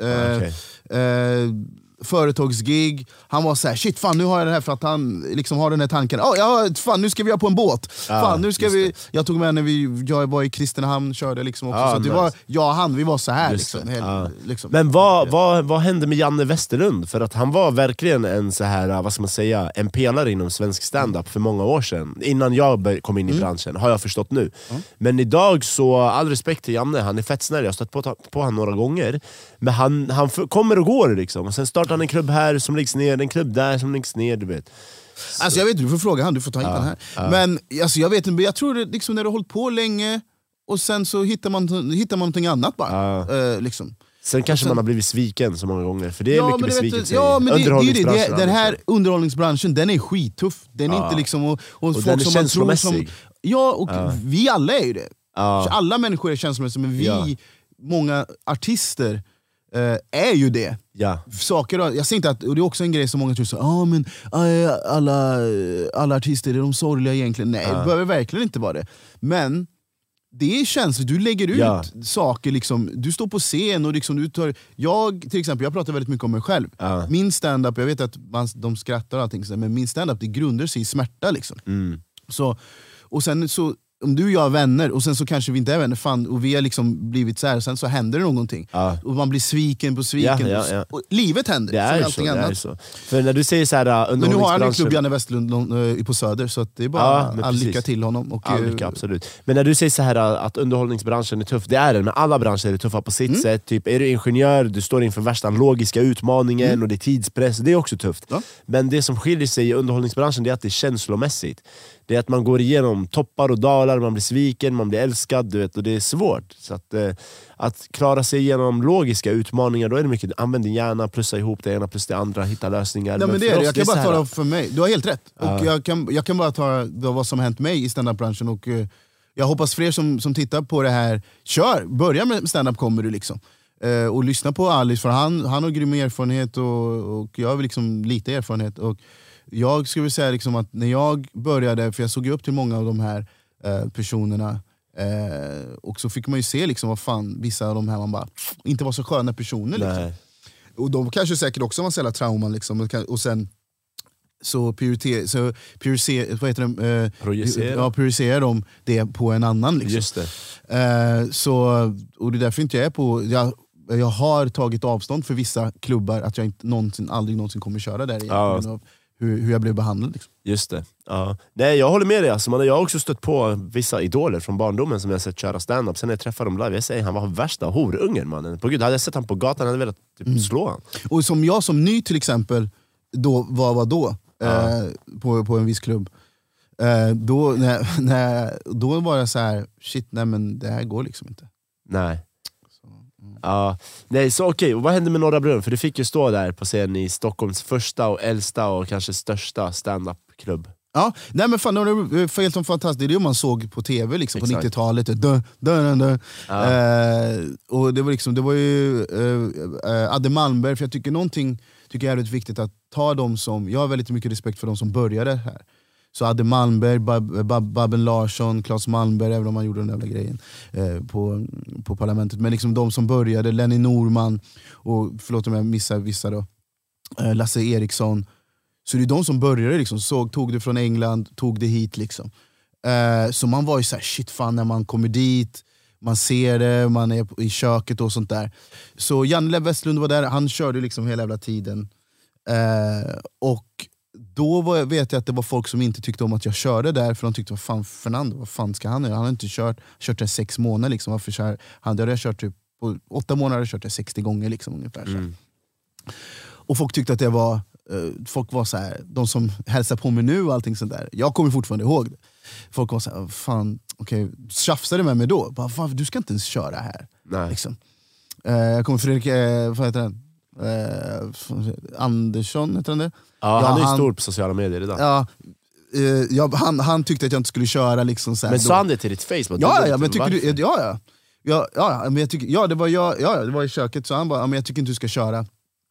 Företagsgig, han var såhär, shit fan nu har jag det här, för att han liksom har den här tanken, fan nu ska vi på en båt, fan nu ska vi, jag tog med när jag var i Kristinehamn, körde liksom också, så det var jag och han, vi var så här liksom. Men vad hände med Janne Westerlund? För att han var verkligen en så här, vad ska man säga, en pelare inom svensk stand-up för många år sedan, innan jag kom in i branschen, har jag förstått nu. Men idag så, all respekt till Janne, han är fett snäll, jag har stött på han några gånger, men han kommer och går liksom, och sen startar han en klubb här som läggs ner, en klubb där som läggs ner, du vet. Alltså jag vet inte, du får fråga han, du får ta hit den här. Men alltså, jag vet inte, jag tror det liksom när du har hållit på länge och sen så hittar man någonting annat bara. Liksom. Sen kanske man har blivit sviken så många gånger, för det är mycket besvikelse. Ja, men den här underhållningsbranschen, den är skittuff. Den är inte liksom och folk den är som känslomässig. Vi alla är ju det. Alla människor är känslomässiga, men många artister är ju det. Saker, jag säger inte att, och det är också en grej som många tror så, men alla artister är de sorgliga egentligen. Nej, det behöver verkligen inte vara det. Men det är känsligt, du lägger ut saker liksom, du står på scen och liksom du tar, till exempel, jag pratar väldigt mycket om mig själv. Min stand-up, jag vet att de skrattar och allting, men min stand-up, det grundar sig i smärta liksom. Så, och sen så om du och jag är vänner och sen så kanske vi inte är vänner, fan, och vi har liksom blivit så här, sen så händer det någonting och man blir sviken på sviken. Och livet händer, det är som allting annat. För när du säger så här, men nu har han en klubb, Janne Westerlund på Söder, så att det är bara all lycka till honom och, lycka, absolut. Men när du säger så här att underhållningsbranschen är tuff, det är det, men alla branscher är tuffa på sitt sätt. Typ, är du ingenjör, du står inför värsta logiska utmaningen och det är tidspress, det är också tufft. Men det som skiljer sig i underhållningsbranschen, det är att det är känslomässigt. Det är att man går igenom toppar och dalar, man blir sviken, man blir älskad, du vet, och det är svårt. Så att klara sig igenom logiska utmaningar, då är det mycket, använd din hjärna, plussa ihop det ena plus det andra, hitta lösningar. Nej, men det är det. Jag kan bara tala för mig, du har helt rätt. Och jag kan bara ta vad som har hänt mig i stand-up-branschen, och jag hoppas fler som tittar på det här, börja med stand-up comedy liksom. Och lyssna på Alice, för han har grym erfarenhet och jag har liksom lite erfarenhet. Och jag skulle säga liksom att när jag började, för jag såg upp till många av de här personerna, och så fick man ju se liksom vad fan vissa av de här man bara inte var så sköna personer liksom. Och de kanske säkert också var sälja trauman liksom, och sen så projicerar de det på en annan liksom. Just det. Och det är därför inte jag är på, jag har tagit avstånd för vissa klubbar, att jag inte aldrig någonsin kommer köra där igen. Hur jag blev behandlad liksom. Just det. Nej, jag håller med dig alltså. Jag har också stött på vissa idoler från barndomen som jag sett köra stand-up. Sen när jag träffade dem live, jag säger han var värsta horungen, mannen. På Gud, hade jag sett han på gatan hade jag velat typ slå han. Och som jag som ny till exempel då på en viss klubb, då var jag så här, shit, nej men det här går liksom inte. Nej. Nej, så okej, och vad hände med Norra Brunn? För du fick ju stå där på scen i Stockholms första och äldsta och kanske största stand-up-klubb. Ja, nej men fan, det var helt som fantastiskt. Det är det man såg på tv liksom, på 90-talet. Och det var liksom, det var ju Adde Malmberg, för jag tycker någonting tycker jag är väldigt viktigt att ta dem som, jag har väldigt mycket respekt för de som började här. Så Adde Malmberg, Babben Larsson, Claes Malmberg, även om man gjorde den där grejen på parlamentet. Men liksom de som började, Lenny Norman och förlåt om jag missar vissa då, Lasse Eriksson. Så det är de som började liksom, tog det från England, tog det hit liksom. Så man var ju såhär, shit fan, när man kommer dit, man ser det, man är i köket och sånt där. Så Janne Westlund var där, han körde liksom hela jävla tiden. Och då vet jag att det var folk som inte tyckte om att jag körde där, för de tyckte, vad fan Fernando, vad fan ska han göra? Han har inte kört det 6 månader liksom. Varför kör han? Det hade jag kört typ på 8 månader, hade jag kört det 60 gånger liksom ungefär så. Och folk tyckte att det var, folk var så här, de som hälsar på mig nu och allting sånt där. Jag kommer fortfarande ihåg det. Folk var så här, fan, okej, tjafsade med mig då. Bara, fan, du ska inte ens köra här. Liksom. Jag kommer Fredrik, vad heter han? Andersson heter han det? Ja, han är ju stor på sociala medier idag. Ja, han tyckte att jag inte skulle köra liksom så här. Men sa han det till ditt Facebook? Ja, men tycker du, men jag tycker, det var i köket, så han bara, men jag tycker inte du ska köra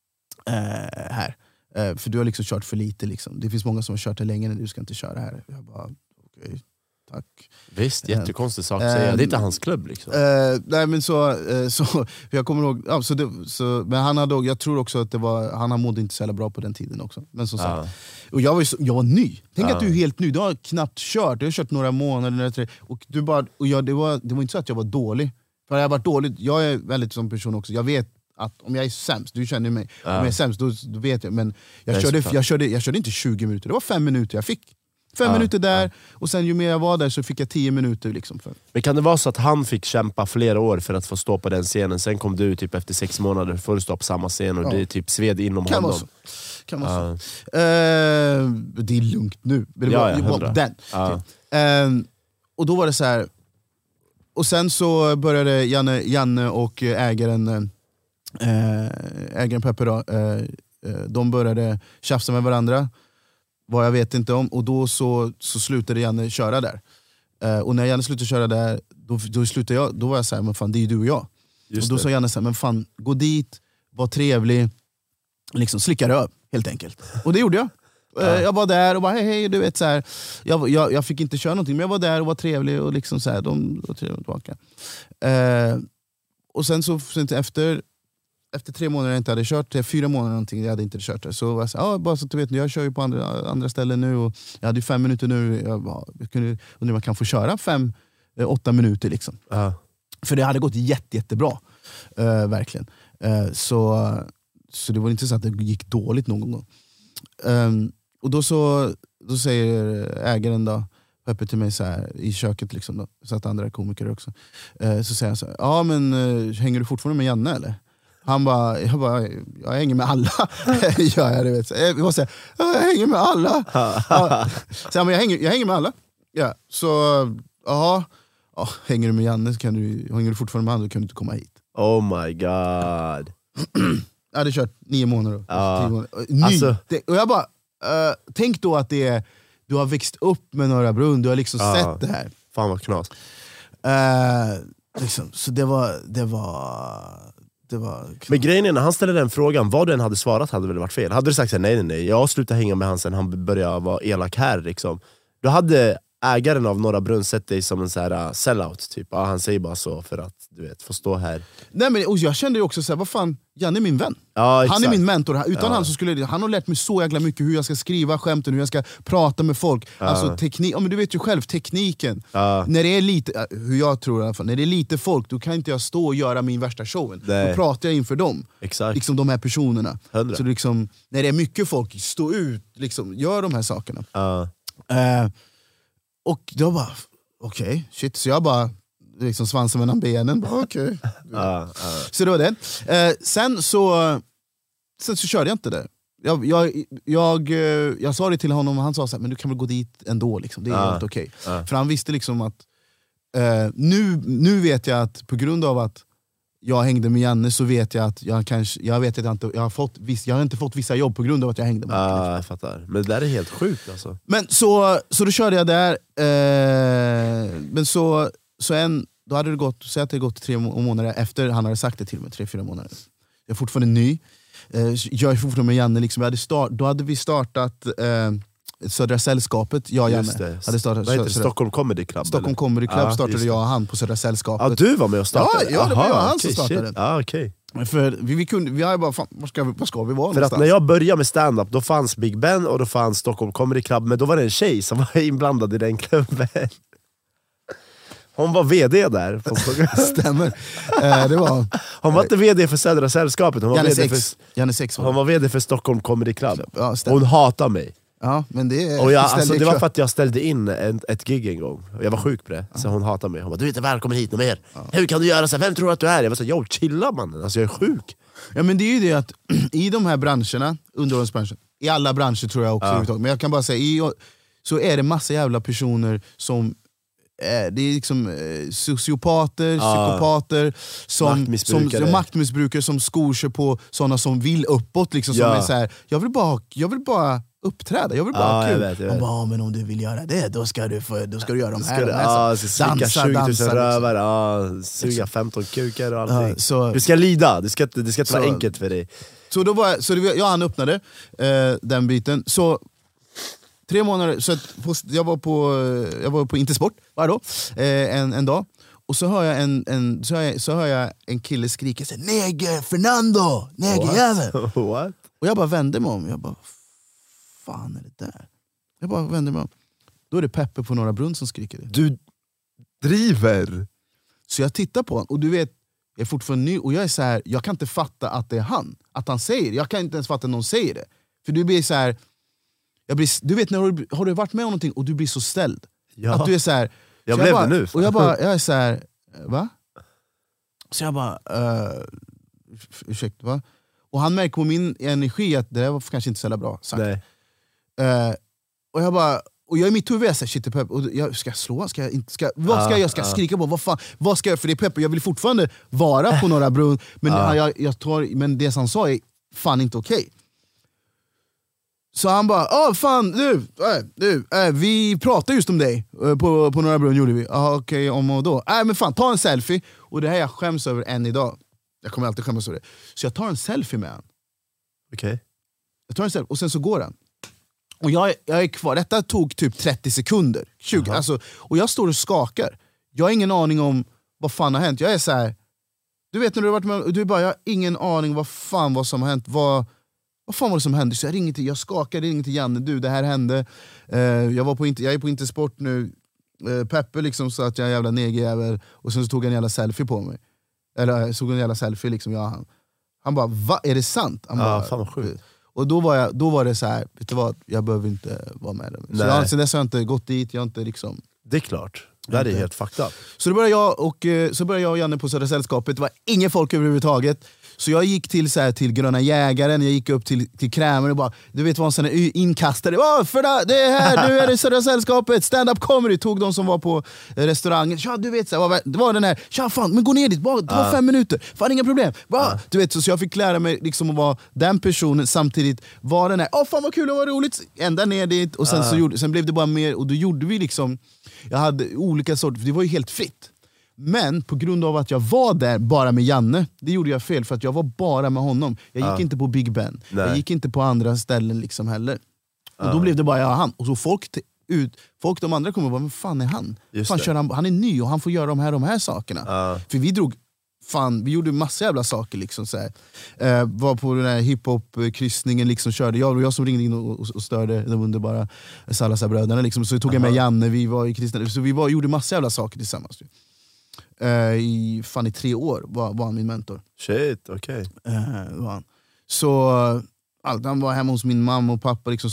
här. För du har liksom kört för lite liksom. Det finns många som har kört det länge, du ska inte köra här. Jag bara, okej, tack. Visst, jättekonstig sak att säga. Det är inte hans klubb liksom. Nej men så jag kommer ihåg, men han hade, jag tror också att det var, han mådde inte så jävla bra på den tiden också. Men så sagt. Och jag var ny. Tänk att du är helt ny, du har knappt kört. Du har kört några månader och du bara, det var inte så att jag var dålig. För jag har varit dålig, jag är väldigt som person också. Jag vet att om jag är sämst, du känner mig, om jag är sämst då vet jag, men jag körde inte 20 minuter, det var 5 minuter jag fick. 5 minuter där, och sen ju mer jag var där så fick jag 10 minuter liksom. Men kan det vara så att han fick kämpa flera år för att få stå på den scenen, sen kom du typ efter 6 månader för att stå på samma scen och det är typ sved inom honom? Kan vara så. Det är lugnt nu. Och då var det så här. Och sen så började Janne och ägaren Peppe då, de började tjafsa med varandra, vad jag vet inte om, och då så slutade Janne köra där. Och när Janne slutade köra där, då slutade jag, då var jag så här, men fan, det är ju du och jag. Och då sa Janne så här, men fan, gå dit, var trevlig, liksom slicka röv helt enkelt. Och det gjorde jag. Jag var där och bara hej, du vet så här. Jag fick inte köra någonting, men jag var där och var trevlig och liksom så här, de var trevliga tillbaka. Och sen så efter 3 månader jag inte hade kört, 4 månader någonting jag hade inte kört det, så var jag så här, bara så att du vet, jag kör ju på andra ställen nu och jag hade ju 5 minuter nu, jag kunde, och nu man kan få köra 5-8 minuter liksom. För det hade gått jättebra, verkligen. Så det var inte så att det gick dåligt någon gång. Och då säger ägaren då, Peppe, till mig så här, i köket liksom då, så att andra komiker också, så säger han så här, ja men hänger du fortfarande med Janne eller? Han bara, jag hänger med alla. Ja, jag vet. Jag måste säga, jag hänger med alla. Så jag hänger med alla. Ja, så ja, hänger du med Janne så hänger du fortfarande med han, då kan du inte komma hit. Oh my god. Jag hade kört 9 månader. 10 månader. Alltså. Och jag bara, tänk då att du har växt upp med Norra Brunn, du har liksom sett det här. Fan vad knas. Liksom, så det var men grejen är, när han ställde den frågan, vad du än hade svarat hade väl varit fel. Hade du sagt så här, nej, jag slutade hänga med han sen han började vara elak här liksom. Då hade ägaren av Norra Brunn sett dig som en så här sellout typ. Ja, han säger bara så för att du vet, få stå här. Nej, men och jag kände ju också så här, vad fan, Janne är min vän. Ja, han är min mentor. Utan han så skulle han har lärt mig så jävla mycket hur jag ska skriva skämten, hur jag ska prata med folk. Alltså teknik, men du vet ju själv, tekniken. När det är lite, hur jag tror i alla fall, när det är lite folk, då kan inte jag stå och göra min värsta showen. Då pratar jag inför dem. Exakt. Liksom de här personerna. 100. Så liksom, när det är mycket folk, stå ut, liksom, gör de här sakerna. Och då bara, okej, shit. Så jag bara liksom svansen mellan benen. Okej. Så det var det. Sen så körde jag inte det. Jag sa det till honom och han sa så här, men du kan väl gå dit ändå. Liksom. Det är helt okej. För han visste liksom att nu vet jag att på grund av att jag hängde med Janne så vet jag att jag har inte fått vissa jobb på grund av att jag hängde med honom. Jag fattar. Men det där är helt sjukt alltså. Men så då körde jag där, men då hade det gått, så att det gått 3 månader efter han hade sagt det till mig, 3-4 månader. Jag är fortfarande ny, jag är fortfarande med Janne liksom. Då hade vi startat Södra Sällskapet, jag och Janne hade startat. Vad heter det? Stockholm Comedy Club? Stockholm Comedy Club startade jag och han på Södra Sällskapet. Ja, du var med och startade? Ja, det var jag och han som startade. Okay. För vi har bara, fan, var ska vi vara för någonstans? att när jag började med stand-up, då fanns Big Ben och då fanns Stockholm Comedy Club, men då var det en tjej som var inblandad i den klubben. Hon var vd där. Stämmer. Det var... Hon var inte vd för Södra Sällskapet. Hon var vd för Stockholm Comedy Club. Ja, hon hatar mig. Ja, men det var för att jag ställde in ett gig en gång. Jag var sjuk på det, så hon hatar mig. Hon bara, du är inte välkommen hit mer. Hur kan du göra så? Vem tror att du är? Jag var så, yo, chilla mannen, alltså jag är sjuk. Ja, men det är ju det att i de här branscherna, underhållningsbranschen, i alla branscher tror jag också, men jag kan bara säga, så är det massa jävla personer som det är liksom sociopater, psykopater, maktmissbrukare som skor sig på sådana som vill uppåt liksom, som är så här, jag vill bara uppträda, jag vill bara ha kul. Jag vet. Bara, men om du vill göra det, då ska du göra de här. Slicka 20 000 rövar, suga 15 kukar och allting. Du ska lida, det ska inte vara enkelt för dig. Han öppnade den biten. Så 3 månader, så jag var på Intersport varje dag, en dag. Och så hör jag en kille skrika så här, Neger Fernando, negerjävel. What? Och jag bara vände mig om, jag bara, fan är det där? Jag bara vände mig om. Då är det Peppe på Norra Brunn som skriker det. Du driver? Så jag tittar på honom, och du vet, jag är fortfarande ny, och jag är så här, jag kan inte fatta att det är han. Att han säger det, jag kan inte ens fatta att någon säger det. För du blir så här, du vet, har du varit med om någonting och du blir så ställd? Ja. Att du är så här, jag blev det nu. Och jag är så här, va? Så jag bara, ursäkta, va? Och han märker på min energi att det där var kanske inte så bra sagt. Nej. Och jag bara, och jag i mitt huvud är så här, shit, Peppe, och ska jag slå? Vad ska jag skrika på? Vad ska jag? För det är Peppe, jag vill fortfarande vara på Norra Brunn, men men det som han sa är fan inte okej. Så han bara, fan du, vi pratade just om dig på Norra Brunn, gjorde vi. Okej, om och då? Men fan, ta en selfie. Och det här jag skäms över än idag. Jag kommer alltid skämmas över det. Så jag tar en selfie med han. Okej. Jag tar en selfie, och sen så går han. Och jag är kvar, detta tog typ 30 sekunder. 20, alltså, och jag står och skakar. Jag har ingen aning om vad fan har hänt. Jag är så här, du vet när du har varit med, du bara, jag har ingen aning vad som har hänt. Vad fan var det som hände? Så jag skakade, ringer till Janne, du, det här hände. Jag är på Intersport nu. Peppe liksom sa att jag är en jävla negerjävel. Och sen så tog han en jävla selfie på mig. Eller såg en jävla selfie liksom, han bara, va? Är det sant? Han bara, fan vad sjukt. Och då var det så här, vet du vad, jag behöver inte vara med dem. Så sen dess har jag inte gått dit, jag har inte liksom... Det är klart, det är helt fucked up. Så då började jag och Janne på Södra Sällskapet, det var ingen folk överhuvudtaget. Så jag gick till Gröna Jägaren, jag gick upp till Krämer och bara, du vet vad en sån här inkastare, det är här, nu är det Södra Sällskapet, stand-up comedy, tog de som var på restaurangen, ja du vet, det var den här, ja fan, men gå ner dit, bara 5 minuter, fan inga problem, du vet, så jag fick lära mig liksom att vara den personen, samtidigt var den här, fan vad kul och vad roligt, ända ner dit, och sen blev det bara mer, och då gjorde vi liksom, jag hade olika sorter, det var ju helt fritt. Men på grund av att jag var där bara med Janne, det gjorde jag fel, för att jag var bara med honom. Jag gick inte på Big Ben, jag gick inte på andra ställen liksom heller. Och då blev det bara jag och han. Och så folk de andra kommer och bara, men fan är han? Han är ny och han får göra de här sakerna. För vi gjorde massa jävla saker liksom, så här. Var på den här hiphop-kryssningen liksom, körde jag som ringde in och störde de underbara Salazar-bröderna liksom. Så tog jag med Janne, vi var i kristna, så gjorde massa jävla saker tillsammans. I 3 år var han min mentor. Shit, okej. Så han var hemma hos min mamma och pappa liksom,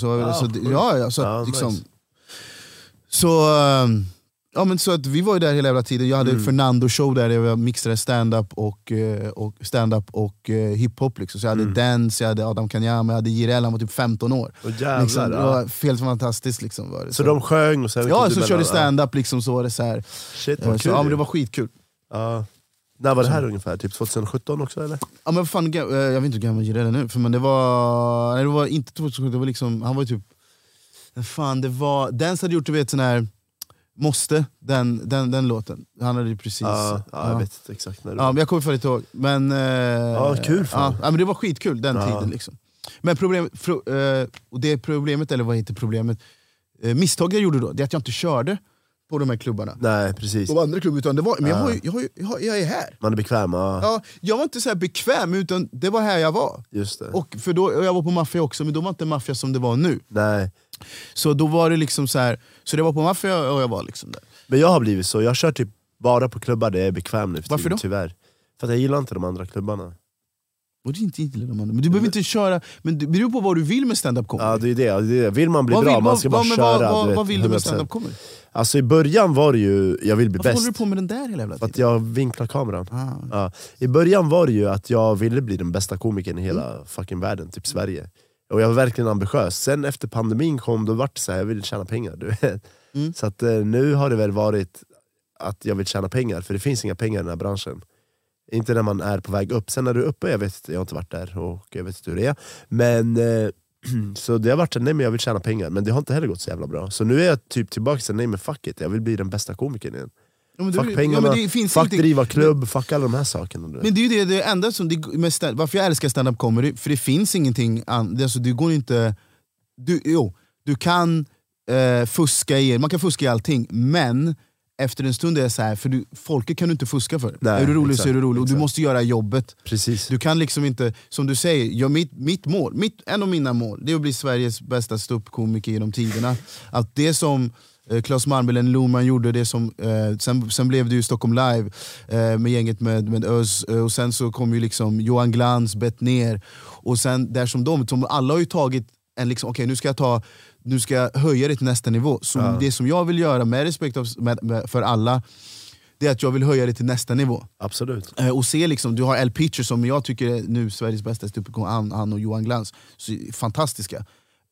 så att vi var ju där hela jävla tiden. Jag hade Fernando show där jag mixade stand-up och hiphop liksom. Så jag hade Dance, jag hade Adam Kanyama, jag hade Jireel, han var typ 15 år. Liksom, det var helt fantastiskt liksom, var det. Så de sjöng och sen så körde stand-up liksom, så var det så här. Shit, vad kul. Men det var skitkul. När var det här ungefär? Typ 2017 också eller? Ja men fan, jag vet inte hur gammal Jireel är nu. För men det var inte 2017, det var liksom, han var ju typ... Fan, det var... Den hade gjort, du vet, sån här... Måste, den låten. Han hade ju precis... Ja, jag vet inte exakt när det var. Ja, men jag kommer för inte ihåg. Men, kul fan. Ja, men det var skitkul den tiden liksom. Men problemet, eller vad heter problemet? Misstag jag gjorde då, det är att jag inte körde på de här klubbarna. Nej, precis. På andra klubbar, utan det var... Men jag är här. Man är bekväm, Ja, jag var inte så här bekväm, utan det var här jag var. Just det. Och för då, jag var på maffia också, men då var inte maffia som det var nu. Nej. Så då var det liksom så här, så det var på maffia och jag var liksom där. Men jag har blivit så, jag kör typ bara på klubbar där jag är bekväm nu. Varför då? Tyvärr. För att jag gillar inte de andra klubbarna. Och det är inte de andra. Men du behöver inte köra, men det beror på vad du vill med stand-up comedy. Ja, det är det. Vill man bli bra, man ska bara köra. Vad vill du med stand-up comedy? Alltså i början var det ju, jag vill bli bäst. Varför håller du på med den där hela jävla tiden? För att jag vinklar kameran. Ja. I början var det ju att jag ville bli den bästa komikern i hela fucking världen, typ Sverige. Och jag var verkligen ambitiös. Sen efter pandemin kom, då var det så här, jag vill tjäna pengar, du vet. Så att nu har det väl varit att jag vill tjäna pengar, för det finns inga pengar i den här branschen. Inte när man är på väg upp. Sen när du är uppe, jag vet inte, jag har inte varit där och jag vet inte hur det är. Men så det har varit nej men jag vill tjäna pengar, men det har inte heller gått så jävla bra. Så nu är jag typ tillbaka till nej men fuck it, jag vill bli den bästa komikern igen. Fuck pengarna, fuck driva klubb, fuck alla de här sakerna. Men det är ju det enda som varför jag älskar stand-up comedy, för det finns ingenting alltså, det går inte du kan fuska i, man kan fuska i allting, men efter en stund är det så här, för folket kan du inte fuska för. Nej, är du rolig så är du rolig, och du måste göra jobbet. Precis. Du kan liksom inte, som du säger, mitt mål, en av mina mål, det är att bli Sveriges bästa ståuppkomiker genom tiderna. Att det som Claes Malmberg Loman gjorde, det som sen blev det ju Stockholm Live med gänget med Öz, och sen så kom ju liksom Johan Glans, Bettner, och sen där som alla har ju tagit en liksom, okej, nu ska jag höja det till nästa nivå. Så det som jag vill göra med respekt för alla, det är att jag vill höja det till nästa nivå. Absolut. Och se liksom, du har El Pitcher som jag tycker är nu Sveriges bästa ståuppkomiker, han och Johan Glans, så fantastiska.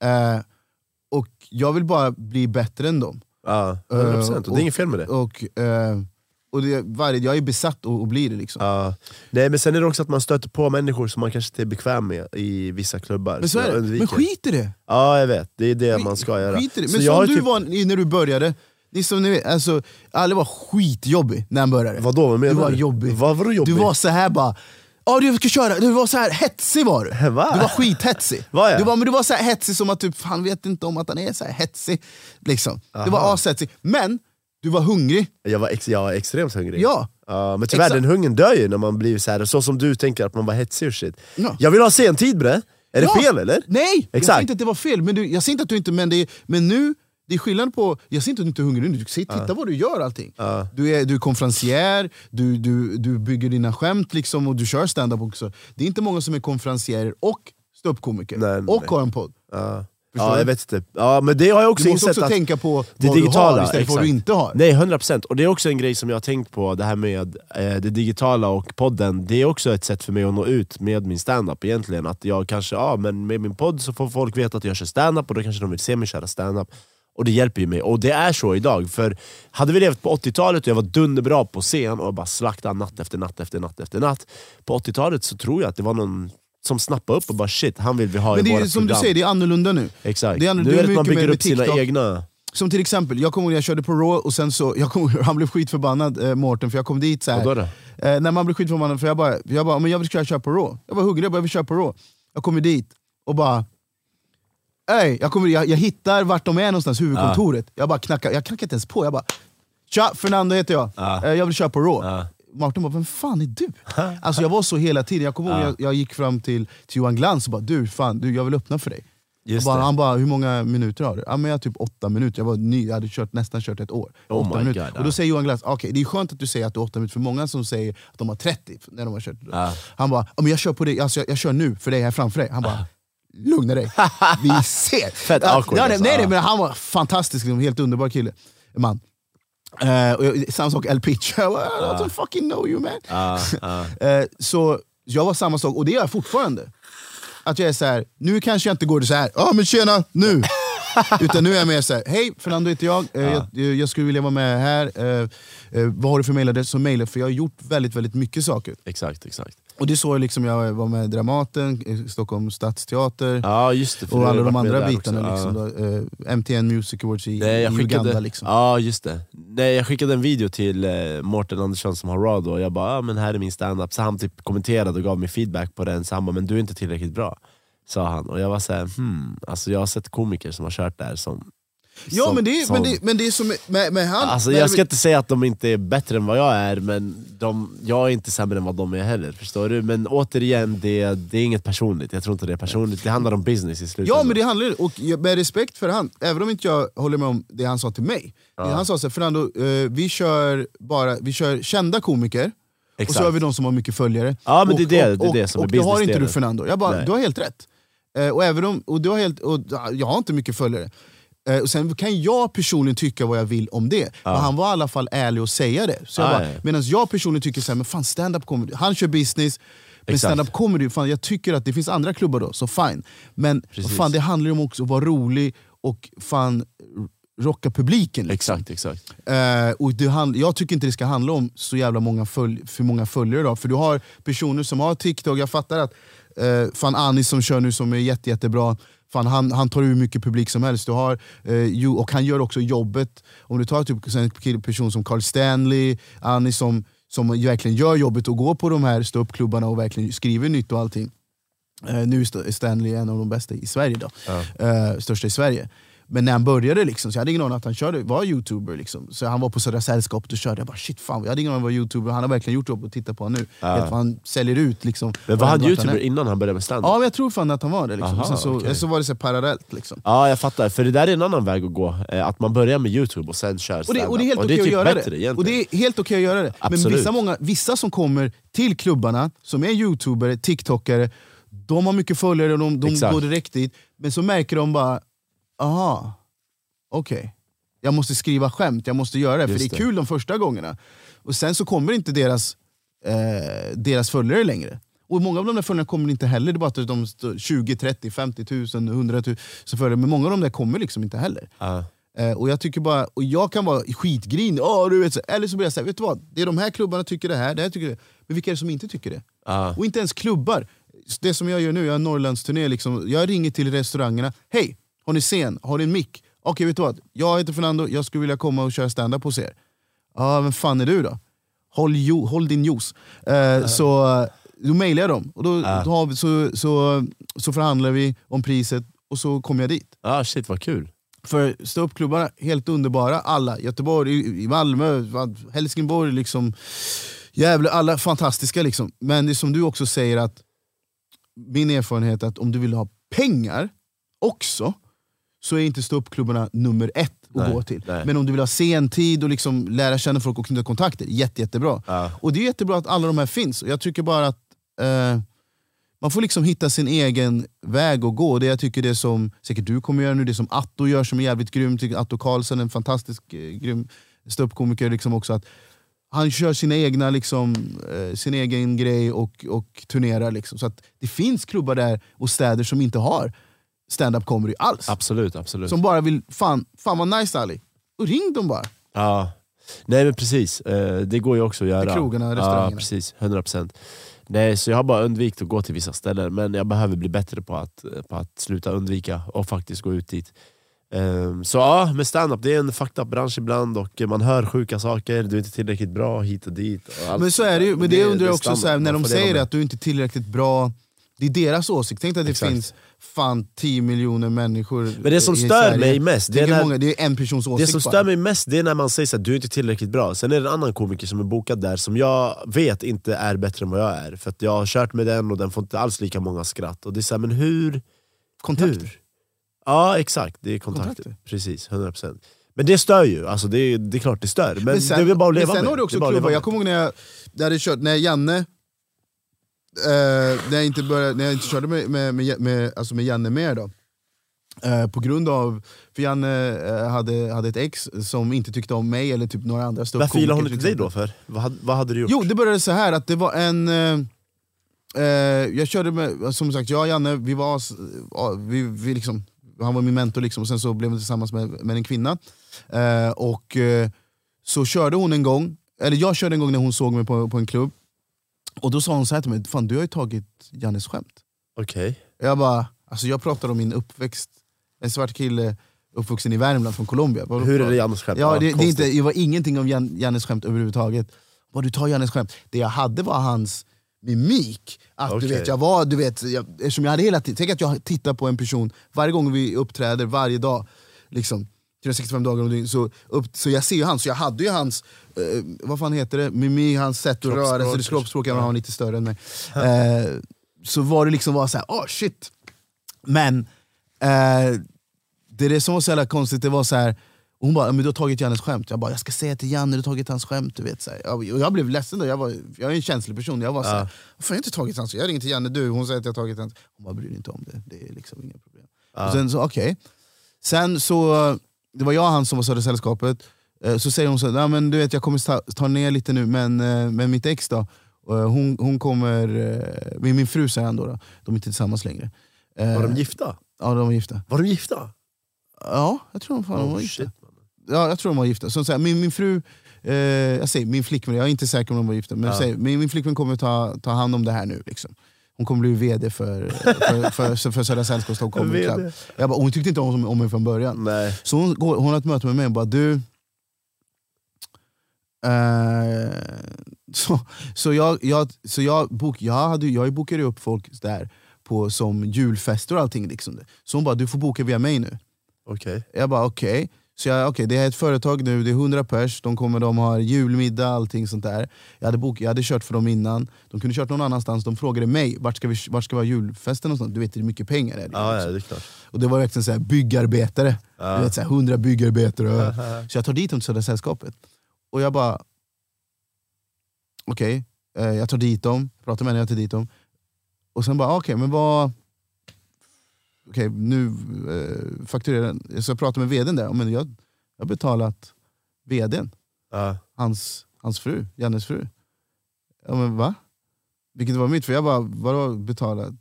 Och jag vill bara bli bättre än dem. Ja, 100%, och det är inget fel med det. Och jag är besatt och blir det liksom. Nej, men sen är det också att man stöter på människor som man kanske inte är bekväm med i vissa klubbar. Men så är det. Men skit i det. Ja, jag vet. Det är det man ska göra. Skit i det. Men så du var när du började, liksom, ni vet, alltså, alla var skitjobbig när han började. Vadå? Vad menar du? Var jobbig. Vad var du jobbig? Du var så här bara, du ska köra. Du var så här hetsig var du. Va? Du var skithetsig. Men du var så här hetsig som att typ, han vet inte om att han är så här hetsig liksom. Du var ashetsig. Men du var hungrig. Jag var extremt hungrig. Ja. Men tyvärr, den hungern dör ju när man blir så här, så som du tänker att man var hetsig och shit. Ja. Jag vill ha sen tid bre. Är det fel eller? Nej, exakt. Jag säger inte att det var fel. Men jag säger inte att du inte, men nu, det är skillnad på, jag säger inte att du inte är hungrig nu. Titta vad du gör allting. Du är konferencier, du bygger dina skämt liksom, och du kör stand-up också. Det är inte många som är konferencier och ståuppkomiker och har en podd. Ja, jag vet inte. Ja, men det har jag också du måste insett också att tänka på det vad digitala, du har istället för vad du inte har. Nej, 100%. Och det är också en grej som jag har tänkt på, det här med det digitala och podden. Det är också ett sätt för mig att nå ut med min stand-up egentligen. Att jag kanske, men med min podd så får folk veta att jag kör stand-up, och då kanske de vill se mig köra stand-up. Och det hjälper ju mig, och det är så idag. För hade vi levt på 80-talet och jag var dunderbra på scen och bara slaktade natt efter natt efter natt efter natt, på 80-talet så tror jag att det var någon som snappade upp och bara shit, han vill vi ha i våra program. Men det är som du säger, det är annorlunda nu. Exakt. Nu är det att man bygger upp sina egna. Som till exempel, jag kommer ihåg jag körde på Raw, och sen så, han blev skitförbannad, Mårten, för jag kom dit så här. När man blev skitförbannad, för jag bara men jag vill köra på Raw. Jag var hungrig, jag vill köra på Raw. Jag kommer dit och bara jag hittar vart de är någonstans, huvudkontoret. Jag bara knackar inte ens på, jag bara tja, Fernando heter jag. Jag vill köra på Raw. Martin bara, vem fan är du? Alltså jag var så hela tiden. Jag kommer ihåg, jag gick fram till Johan Glans och bara, du, jag vill öppna för dig. Han bara, hur många minuter har du? Ja, men jag har typ 8 minuter. Jag var ny, jag hade nästan kört ett år. 8 minuter. God, och då säger Johan Glans, okej, det är skönt att du säger att du har 8 minuter, för många som säger att de har 30 när de har kört. Han bara, men jag kör på dig, alltså, jag kör nu för dig här framför dig. Han bara, lugna dig, vi ser. Fett awkward, nej, men han var fantastisk, helt underbar kille, man. Samma sak El Pitcher, I don't fucking know you man. Så jag var samma sak, och det gör jag fortfarande. Att jag är så här, nu kanske jag inte går det så här, men tjena, nu. Utan nu är jag mer såhär, hej Fernando heter jag skulle vilja vara med här, vad har du för mailadress som mailar? För jag har gjort väldigt, väldigt mycket saker. Exakt. Och det är så liksom jag var med Dramaten, Stockholms stadsteater, Ja just det, och alla de andra bitarna liksom, MTN Music Awards i Uganda liksom. Ja just det. Nej, jag skickade en video till Mårten Andersson som har Rado, och jag bara, men här är min stand-up. Så han typ kommenterade och gav mig feedback på den. Så han bara, men du är inte tillräckligt bra, sa han. Och jag var såhär, alltså jag har sett komiker som har kört där som... Ja, men det är som med han... Alltså, jag ska inte säga att de inte är bättre än vad jag är, men jag är inte sämre än vad de är heller, förstår du? Men återigen, det är inget personligt. Jag tror inte det är personligt, det handlar om business i slutet. Ja, men det handlar, och med respekt för han, även om inte jag håller med om det han sa till mig. Han sa så här, Fernando, vi kör kända komiker. Exakt. Och så har vi de som har mycket följare. Ja, men det är det som är business. Och det har inte du, Fernando. Jag bara, du har helt rätt. Jag har inte mycket följare. Och sen kan jag personligen tycka vad jag vill om det. Men han var i alla fall ärlig att säga det. Så medan jag personligen tycker så här, men fan, stand-up comedy, han kör business. Men stand-up comedy, fan, jag tycker att det finns andra klubbar då, så fine. Men fan, det handlar ju om också att vara rolig och fan rocka publiken liksom. Exakt. Och jag tycker inte det ska handla om så jävla många följare då. För du har personer som har TikTok, jag fattar att fan Anis som kör nu som är jättebra. Fan, han tar hur mycket publik som helst. Du har, och han gör också jobbet. Om du tar typ en person som Carl Stanley, Anis som verkligen gör jobbet och går på de här ståuppklubbarna och verkligen skriver nytt och allting. Nu är Stanley en av de bästa i Sverige då. Största i Sverige. Men när han började liksom, så jag hade ingen aning att han var youtuber liksom. Så han var på Södra Sällskapet och körde. Jag bara shit fan, jag hade ingen aning att han var youtuber. Han har verkligen gjort jobb och titta på honom nu. Han säljer ut liksom. Men var han youtuber innan han började med stand-up? Ja, jag tror fan att han var det liksom. Aha, så var det så parallellt liksom. Ja, jag fattar. För det där är en annan väg att gå. Att man börjar med YouTube och sen kör stand-up. Och det är helt okej att göra det. Och det är helt okej att göra det. Absolut. Men vissa som kommer till klubbarna, som är youtubere, tiktokare, de har mycket följare och de går direkt dit. Men så märker de bara, aha, okej. Jag måste skriva skämt, jag måste göra det. För det är kul de första gångerna. Och sen så kommer inte deras följare längre. Och många av de där följarna kommer inte heller. Det är bara att de 20, 30, 50 000, 100 000 följare. Men många av de där kommer liksom inte heller. Och jag tycker bara, och jag kan vara skitgrin, du vet så. Eller så blir jag säga, vet du vad? Det är de här klubbarna tycker det här tycker det. Men vilka är det som inte tycker det? Och inte ens klubbar. Det som jag gör nu, jag har en Norrlandsturné liksom. Jag ringer till restaurangerna. Hej, har ni scen? Har ni en mick? Okej, vet du vad? Jag heter Fernando, jag skulle vilja komma och köra stand-up hos er. Vem fan är du då? Håll din juice. Så då mailar jag dem. Och då så förhandlar vi om priset och så kommer jag dit. Shit, vad kul. För ståuppklubbarna, helt underbara. Alla, Göteborg, i Malmö, Helsingborg, liksom. Jävlar, alla fantastiska liksom. Men det är som du också säger, att min erfarenhet är att om du vill ha pengar också, så är inte ståuppklubbarna nummer 1 att gå till. Nej. Men om du vill ha sentid och liksom lära känna folk och knyta kontakter, jättebra. Och det är jättebra att alla de här finns. Och jag tycker bara att man får liksom hitta sin egen väg att gå. Det jag tycker det som säkert du kommer göra nu, det som Atto gör som är jävligt grym. Atto Karlsson, en fantastisk grym ståuppkomiker liksom också, att han kör sina egna liksom, sin egen grej och turnerar liksom. Så att det finns klubbar där och städer som inte har stand-up comedy alls. Absolut. Som bara vill, fan vad nice Ali. Och ring dem bara. Ja, nej men precis. Det går ju också att göra. Till krogarna, restaurangerna. Ja, precis. 100%. Nej, så jag har bara undvikit att gå till vissa ställen. Men jag behöver bli bättre på att sluta undvika och faktiskt gå ut dit. Så ja, med stand-up, det är en fucked up bransch ibland och man hör sjuka saker, du är inte tillräckligt bra hit och dit och allt. Men så är det ju, men det undrar jag också så här, när de säger att du inte är tillräckligt bra, det är deras åsikt. Tänk att det finns fan 10 miljoner människor. Men det som stör mig mest, det är en persons åsikt. Det som stör mig mest, det är när man säger att du är inte tillräckligt bra. Sen är det en annan komiker som är bokad där som jag vet inte är bättre än vad jag är. För att jag har kört med den och den får inte alls lika många skratt. Och det är så här, men hur? Kontakter. Hur? Ja, exakt, det är kontakter. Precis, 100%. Men det stör ju, alltså det är klart det stör. Men sen, det vill bara leva med. Sen har du också klubbar, jag kommer ihåg när jag körde, när Janne när jag inte körde med Janne mer då. På grund av, för Janne hade ett ex som inte tyckte om mig eller typ några andra ståuppkomiker. Varför gillade hon inte dig då för? Vad hade du gjort? Jo, det började så här att det var en jag körde med, som sagt, jag och Janne, vi han var min mentor liksom, och sen så blev vi tillsammans med en kvinna. Så körde hon en gång, eller jag körde en gång när hon såg mig på en klubb. Och då sa hon så här till mig, fan du har ju tagit Jannes skämt. Okej. Jag bara, alltså jag pratar om min uppväxt. En svart kille uppvuxen i Värmland från Colombia. Hur är det Jannes skämt? Ja, det var ingenting om Jannes skämt överhuvudtaget. Vad du tar Jannes skämt. Det jag hade var hans mimik. Att du vet, eftersom jag hade hela tiden, tänk att jag tittar på en person varje gång vi uppträder, varje dag liksom 365 dagar om dygn, så jag ser ju hans, så jag hade ju hans vad fan heter det, mimik, hans sätt att röra sig, kroppsspråk, han var lite större än mig. Så var det liksom var så här, shit. Men det som var så jävla konstigt, det var så här, hon bara, men du har tagit Jannes skämt. Jag bara, jag ska säga till Janne, du har tagit hans skämt, du vet så här. Och jag blev ledsen då, jag är en känslig person. Jag var så här, varför har jag inte tagit hans? Jag ringer till Janne, hon säger att jag har tagit hans. Hon bara, bryr dig inte om det, det är liksom inga problem. Och sen så, okej. Sen så, det var jag och han som var Södra sällskapet. Så säger hon så här, men du vet jag kommer ta ner lite nu, men mitt ex då, hon kommer, min fru säger han då, de är inte tillsammans längre. Var de gifta? Ja, de var gifta. Var de gifta? Ja, jag tror de var gifta. Shit. Ja, jag tror de var gifta. Så här, min fru, jag säger min flickvän, jag är inte säker om de var gifta, men jag säger, min flickvän kommer ta hand om det här nu liksom. Hon kommer bli vd för Södra sällskap Stockholm Club. Jag bara, hon tyckte inte om mig från början. Nej. Så hon har ett möte med mig och bara, du jag bokade upp folk där på som julfester och allting liksom. Så hon bara, du får boka via mig nu. Okej. Jag bara okej. Så det är ett företag nu, det är 100 pers, de har julmiddag, allting sånt där. Jag hade kört för dem innan, de kunde kört någon annanstans, de frågade mig, vart ska vi ha julfesten och sånt? Du vet, det är mycket pengar är det, Ja, liksom. det är klart. Och det var verkligen så här byggarbetare, du vet, så här 100 byggarbetare. Så jag tar dit dem till Södra sällskapet. Och jag bara okej, jag tar dit dem, pratar med henne, jag tar dit dem. Och sen bara men vad... Okej, nu fakturerar. Så jag pratade med vdn där, men jag har betalat vdn. Hans fru, Jannes fru. Ja men va? Vilket var mitt, för jag bara, vadå betalat?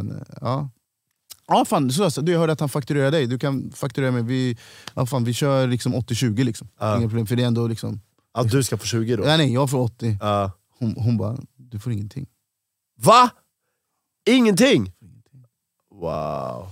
Ja fan, så du hörde att han fakturerar dig, du kan fakturera mig, vi kör liksom 80-20 liksom. Inga problem, för det är ändå liksom... Ja, du ska få 20 då? Ja, nej, jag får 80. Hon bara, du får ingenting. Va? Ingenting? Wow.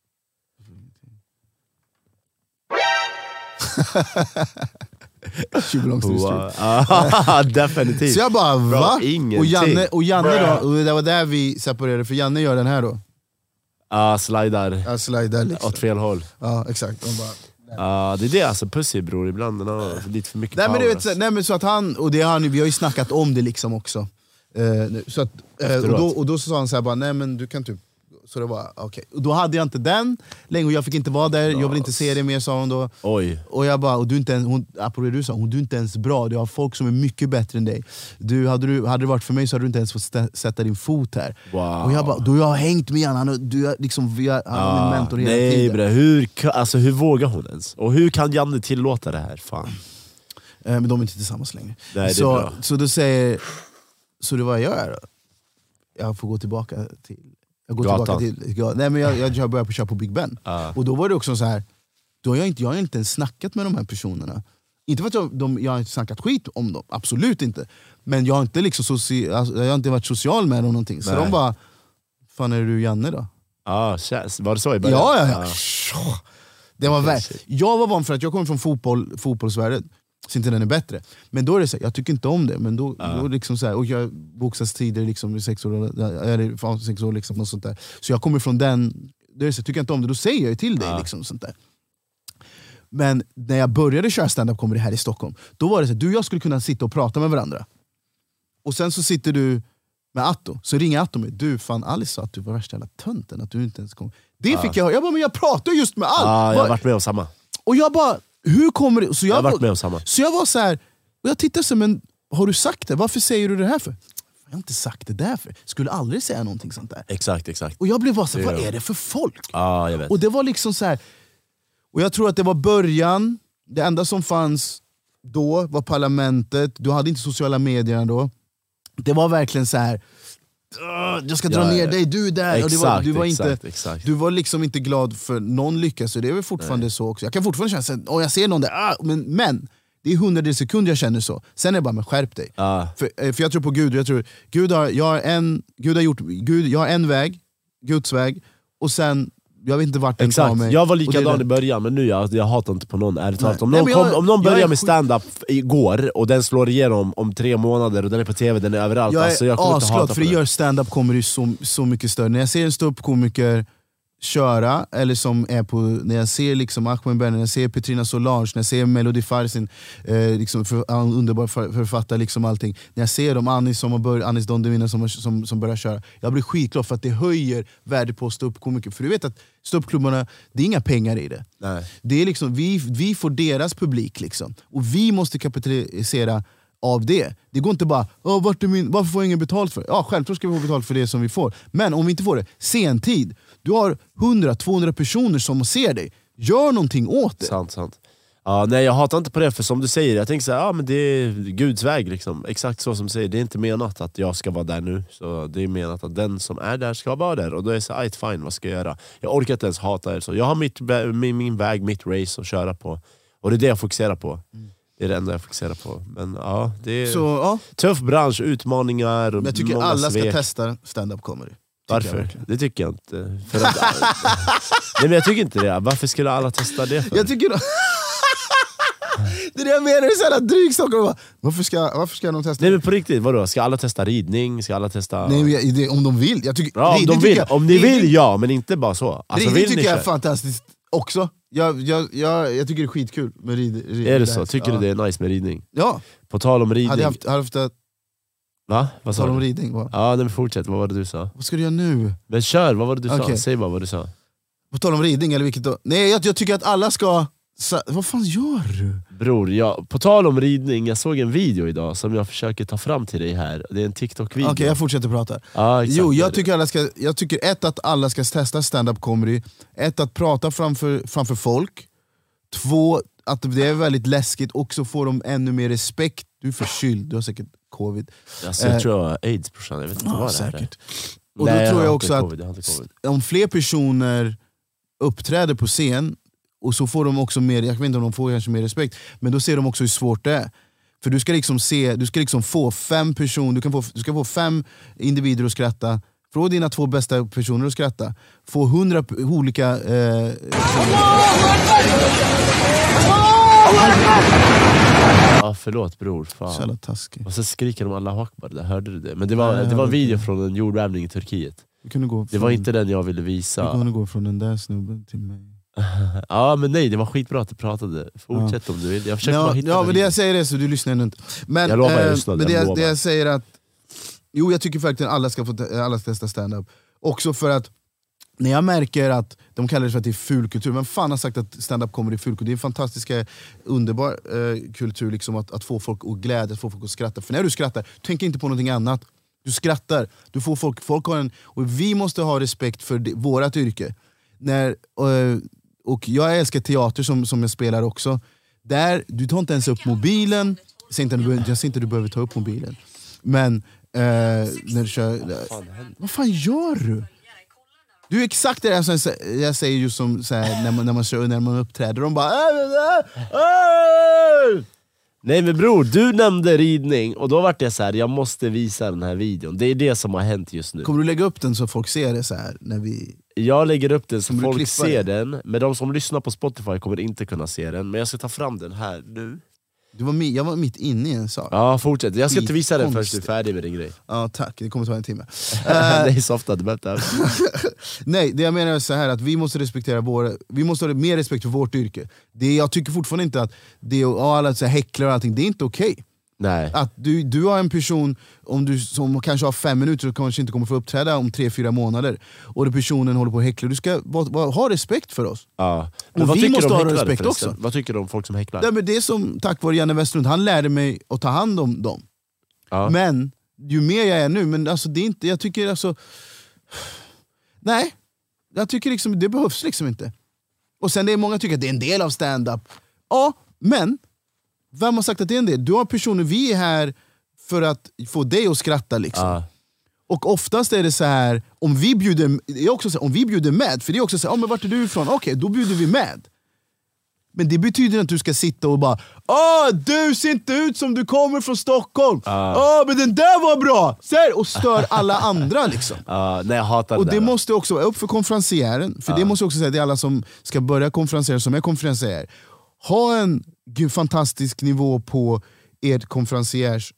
Definitivt. Så jag bara, va? Ingenting. Och Janne då, och det var där vi separerade, för Janne gör den här då. Slidar liksom. Åt fel håll. Ja, exakt. Det är det alltså, pussy bror, ibland den har lite för mycket power. Men du vet, nej, men så att han, och det har vi har ju snackat om det liksom också. Så att, och då sa han så här bara, nej men du kan typ. Så det var okej. Och då hade jag inte den länge och jag fick inte vara där, jag vill inte se det mer, sa hon då. Oj. Och jag bara, och du är inte ens, apropå det du sa, du är inte ens bra, du har folk som är mycket bättre än dig. Hade det varit för mig så hade du inte ens fått sätta din fot här. Wow. Och jag bara, då har jag hängt med han, du liksom, han är min mentor hela tiden. Bre, hur vågar hon ens? Och hur kan Janne tillåta det här? Fan. Men de är inte tillsammans längre. Nej, så då säger, så det var jag gör då? Jag får gå tillbaka till... Jag började köra på Big Ben. Och då var det också så här, då har jag inte ens snackat med de här personerna. Inte för att jag har inte snackat skit om dem, absolut inte. Men jag har inte liksom jag har inte varit social med dem någonting. Så de bara, fan är du Janne då? Var det så i början? Ja. Det var jag var van för att jag kommer från fotbollsvärlden. Så inte den är bättre. Men då är det så här, jag tycker inte om det. Men då liksom så här, och jag boxas tidigare liksom i 6 år liksom, och sånt där. Så jag kommer från den, då är det så här, tycker jag inte om det, då säger jag till dig liksom, sånt där. Men när jag började köra stand-up comedy här i Stockholm, då var det så här, du och jag skulle kunna sitta och prata med varandra. Och sen så sitter du med Atto, så ringer Atto mig, du fan Alice sa att du var värsta jävla tönten, att du inte ens kom. Det fick jag bara, men jag pratar just med allt. Jag har varit med om samma. Och jag bara, hur kommer det? Så jag har varit med om samma. Så jag var så här, och jag tittade så, men har du sagt det? Varför säger du det här för? Jag har inte sagt det där för. Skulle aldrig säga någonting sånt där. Exakt. Och jag blev bara så här, vad är det för folk? Jag vet. Och det var liksom så här, och jag tror att det var början, det enda som fanns då var parlamentet, du hade inte sociala medier då. Det var verkligen så här, jag ska dra ner dig, du är där. Exakt, och du var liksom inte glad för någon lyckas, så det är väl fortfarande så också. Jag kan fortfarande känna att jag ser någon där, men det är 100 sekunder jag känner så. Sen är det bara, men skärp dig. För jag tror på Gud. Jag har en väg, Guds väg, och sen jag vet inte vart den tar mig. Jag var likadan i början, men nu jag hatar inte på någon ärligt talat. Om någon börjar med stand-up igår och den slår igenom om 3 månader och den är på tv, den är överallt. Jag är asglad, för det det. Gör stand-up kommer ju så mycket större. När jag ser en ståuppkomiker köra, eller som är på, när jag ser liksom Ahmed Ben, när jag ser Petrina Solange, när jag ser Melody Farsin, liksom underbar författare, liksom allting. När jag ser dem, Anis Don Demina som börjar köra, jag blir skitglad för att det höjer värdet på ståuppkomiker. För du vet att ståuppklubbarna, det är inga pengar i det. Nej. Det är liksom, vi får deras publik liksom. Och vi måste kapitalisera av det. Det går inte bara, varför får jag ingen betalt för? Ja, självklart ska vi få betalt för det som vi får. Men om vi inte får det, sentid. Du har 100-200 personer som ser dig. Gör någonting åt det. Sant. Ja, nej, jag hatar inte på det, för som du säger, jag tänker så här, men det är Guds väg liksom. Exakt så som du säger, det är inte menat att jag ska vara där nu. Så det är menat att den som är där ska vara där. Och då är det så här, fine, vad ska jag göra? Jag orkar inte ens hata det så. Jag har min väg, mitt race att köra på. Och det är det jag fokuserar på. Det är det enda jag fokuserar på. Men ja, det är tuff bransch, utmaningar. Men jag tycker alla ska testa stand-up comedy. Varför? Det tycker jag inte. För att, nej, men jag tycker inte det. Varför skulle alla testa det för? Jag tycker det är det jag menar, det är så här drygstockar. Varför ska de testa? Nej, men på riktigt, vadå? Ska alla testa ridning? Ska alla testa... Nej, om de vill. Jag tycker, om ni vill, ja, men inte bara så. Alltså, ridning tycker jag är fantastiskt också. Jag tycker det är skitkul med ridning. Är det så? Tycker du det är nice med ridning? Ja. På tal om ridning. Hade jag haft ett... Va? Vad sa du? Om ridning, va? Ja, men fortsätt. Vad var det du sa? Vad ska du göra nu? Men kör, vad var det du sa? Säg bara vad du sa. På tal om ridning, eller vilket då? Nej, jag tycker att alla ska... Vad fan gör du? Bror, på tal om ridning, jag såg en video idag som jag försöker ta fram till dig här. Det är en TikTok-video. Okej, jag fortsätter prata. Ja, exakt. Jo, jag tycker att alla ska testa stand-up comedy. Att prata framför folk. 2, att det är väldigt läskigt, och så får de ännu mer respekt. Du är förkyld, du har säkert covid. Alltså, jag tror jag har AIDS, brorsan. Jag vet inte vad säkert. Det är. Och nej, då tror jag också COVID, att om fler personer uppträder på scen, och så får de också mer, jag vet inte om de får kanske mer respekt, men då ser de också hur svårt det är. För du ska liksom få 5 personer, du ska få 5 individer att skratta. Få dina 2 bästa personer att skratta. Få 100 olika... Ja, förlåt bror. Fan. Och så skriker de Allahu Akbar, där hörde du det. Men det var en video från en jordbävning i Turkiet. Det var inte den jag ville visa. Du kunde gå från den där snubben till mig. Ja, men nej, det var skitbra att du pratade. Fortsätt om du vill. Jag försöker bara hitta men det jag säger är så, du lyssnar ändå inte. Men, jag lovar, jag lyssnade. Men det jag säger att... Jo, jag tycker faktiskt att alla ska testa stand-up. Också för att när jag märker att de kallar det för att det är fulkultur. Men fan har sagt att stand-up kommer i fulkultur? Det är en fantastisk, underbar kultur liksom, att få folk att glädja, att få folk att skratta. För när du skrattar, tänk inte på någonting annat. Du skrattar, du får folk har en... Och vi måste ha respekt för vårat yrke. Och jag älskar teater som jag spelar också. Där, du tar inte ens upp mobilen. Jag säger inte att du behöver ta upp mobilen. Men när du kör... Vad fan gör du? Du är exakt det där som jag säger just som så här, när man uppträder. De bara... Nej men bror, du nämnde ridning och då vart jag så här, jag måste visa den här videon. Det är det som har hänt just nu. Kommer du lägga upp den så folk ser det så här när vi... Jag lägger upp den så folk ser den. Men de som lyssnar på Spotify kommer inte kunna se den. Men jag ska ta fram den här nu. Jag var mitt inne i en sak. Ja, fortsätt. Jag ska inte visa den förrän du är färdig med din grej. Ja, tack. Det kommer ta en timme. Det är så ofta du behöver. Nej, det jag menar är så här att vi måste ha mer respekt för vårt yrke. Jag tycker fortfarande inte att alla så här häcklar och allting, det är inte okej. Nej. Att du har en person som kanske har 5 minuter och kanske inte kommer få uppträda om 3-4 månader, och den personen håller på att häckla. Du ska ha respekt för oss. Ja. Och vi måste ha respekt också. Vad tycker du om folk som häcklar? Ja, men det är som tack vare Janne Westerlund, han lärde mig att ta hand om dem. Ja. Men ju mer jag är nu, men alltså det är inte, jag tycker alltså... Nej, jag tycker liksom, det behövs liksom inte. Och sen det är många tycker att det är en del av stand-up. Ja, men vem har sagt att det är en del? Du har personer, vi är här för att få dig att skratta liksom. Och oftast är det så här, om vi bjuder med, för det är också så här, men vart är du ifrån? Okej, då bjuder vi med. Men det betyder att du ska sitta och bara du ser inte ut som du kommer från Stockholm. Men den där var bra. Och stör alla andra liksom. Nej, jag hatar och det det där. måste också vara upp för konferencieren. För det måste också säga, det är alla som ska börja konferenciera som är konferencier. Ha en fantastisk nivå på ert konferenciers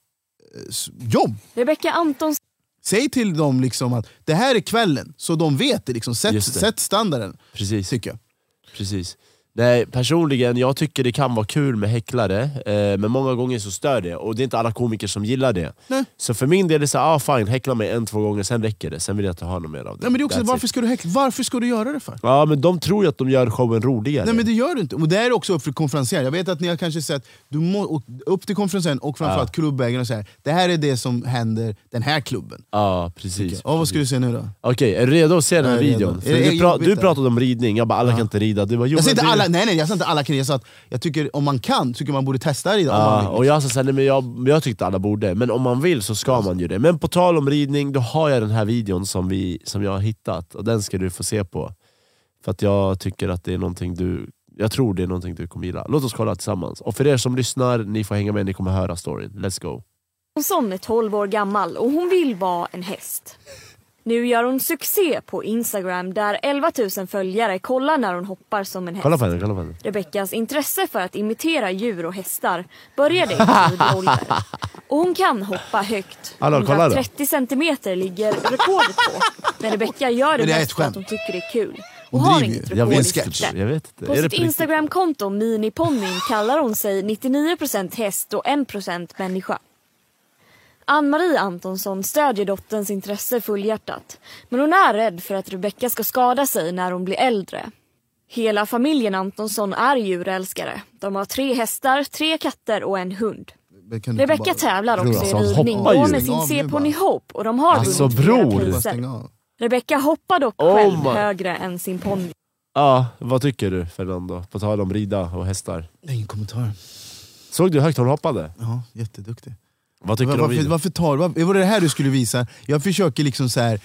jobb. Rebecka Antons. Säg till dem liksom att det här är kvällen, så de vet det liksom. Sätt standarden. Precis. Tycker jag. Precis. Nej, personligen, jag tycker det kan vara kul med häcklare, men många gånger så stör det, och det är inte alla komiker som gillar det. Nej. Så för min del är det så fine, häckla mig 1-2 gånger, sen räcker det. Sen vill jag inte ha något mer av det. Nej, men det är också, varför ska du göra det för? Ja, men de tror ju att de gör showen roligare. Nej, men det gör du inte. Och det är också upp för konferenser. Jag vet att ni har kanske sett upp till konferensen och framförallt klubbägarna och säger det här är det som händer den här klubben. Ja, precis. Vad ska du säga nu då? Okej, är du redo att se den här videon? För du pratade om ridning, jag bara alla kan inte rida. Du bara, jag säger inte alla, nej, jag sa inte alla kan. Jag sa att jag tycker om man kan, tycker man borde testa rida. Och jag sa såhär, men jag tyckte alla borde. Men om man vill så ska man ju det. Men på tal om ridning, då har jag den här videon som jag har hittat. Och den ska du få se på. För att jag tycker att det är någonting jag tror det är någonting du kommer gilla. Låt oss kolla tillsammans. Och för er som lyssnar, ni får hänga med, ni kommer höra storyn. Let's go. Son är 12 år gammal och hon vill vara en häst. Nu gör hon succé på Instagram där 11 000 följare kollar när hon hoppar som en häst. Kolla på henne. Rebeckas intresse för att imitera djur och hästar började i tidig ålder. Och hon kan hoppa högt. 130 centimeter ligger rekordet på. Men Rebecka gör det mest för att hon tycker det är kul. Och har inget rekord i sikte. Jag vet inte. På sitt Instagram-konto Miniponnyn kallar hon sig 99% häst och 1% människa. Ann-Marie Antonsson stödjer dotterns intresse fullhjärtat. Men hon är rädd för att Rebecka ska skada sig när hon blir äldre. Hela familjen Antonsson är djurälskare. De har 3 hästar, 3 katter och en hund. Rebecka tävlar också i ridning och med sin C-pony Hope. Och de har vunnit flera priser. Rebecka hoppar dock själv högre än sin ponny. Ja, vad tycker du Fernando? På tal om rida och hästar. Ingen kommentar. Såg du högt hon hoppade? Ja, jätteduktig. Vad tycker du om videon? Var det här du skulle visa? Jag försöker liksom så här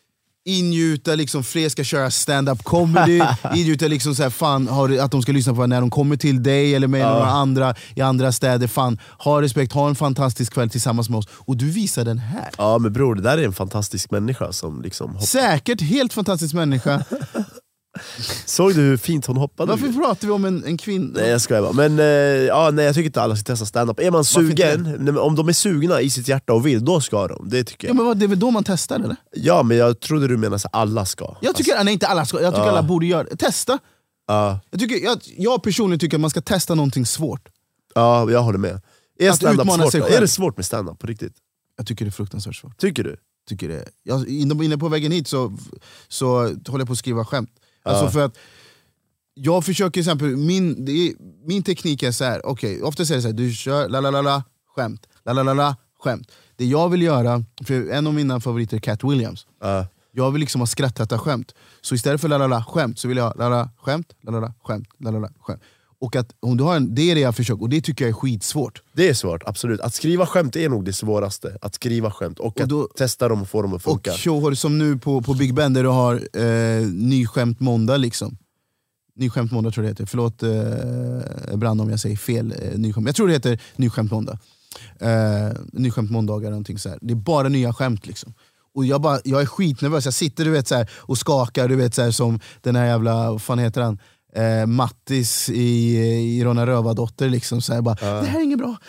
ingjuta liksom, fler ska köra stand-up comedy, ingjuta liksom så här, fan, att de ska lyssna på när de kommer till dig eller med några andra i andra städer. Fan, ha respekt, ha en fantastisk kväll tillsammans med oss. Och du visar den här. Ja, men bror, det där är en fantastisk människa som liksom hoppar. Säkert, helt fantastisk människa. Såg du hur fint hon hoppade? Varför pratar vi om en kvinna? Nej, jag skojar bara. Men nej, jag tycker inte alla ska testa stand-up. Är man sugen, om de är sugna i sitt hjärta och vill, då ska de. Det tycker jag. Ja, men det är väl då man testar, eller? Ja, men jag trodde du menar att alla ska. Jag tycker, nej, inte alla ska. Jag tycker alla borde göra det. Testa. Jag personligen tycker att man ska testa någonting svårt. Ja, jag håller med. Är stand-up svårt? Sig själv. Är det svårt med stand-up på riktigt? Jag tycker det är fruktansvärt svårt. Tycker du? Tycker det. Inne på vägen hit så håller jag på att skriva skämt. Alltså för att jag försöker till exempel, min teknik är så här. Okej, ofta säger det så här, du kör la skämt, la skämt. Det jag vill göra, för en av mina favoriter är Cat Williams. Jag vill liksom ha skratttäta skämt. Så istället för la skämt så vill jag ha la skämt, la skämt. Och att om du har det är det jag försöker, och det tycker jag är skitsvårt. Det är svårt, absolut. Att skriva skämt är nog det svåraste. Att skriva skämt och att testa dem och få dem att funka. Och som nu på Big Ben där du har ny skämt måndag liksom. Ny skämt måndag tror jag det heter. Förlåt Brand om jag säger fel. Ny skämt. Jag tror det heter ny skämt måndag. Ny skämt måndagar någonting så här. Det är bara nya skämt liksom. Och jag är skitnervös. Jag sitter du vet så här, och skakar, du vet så här, som den här jävla, vad fan heter han? Mattis i Ronna Rövardotter liksom så här, bara, det här är inget bra.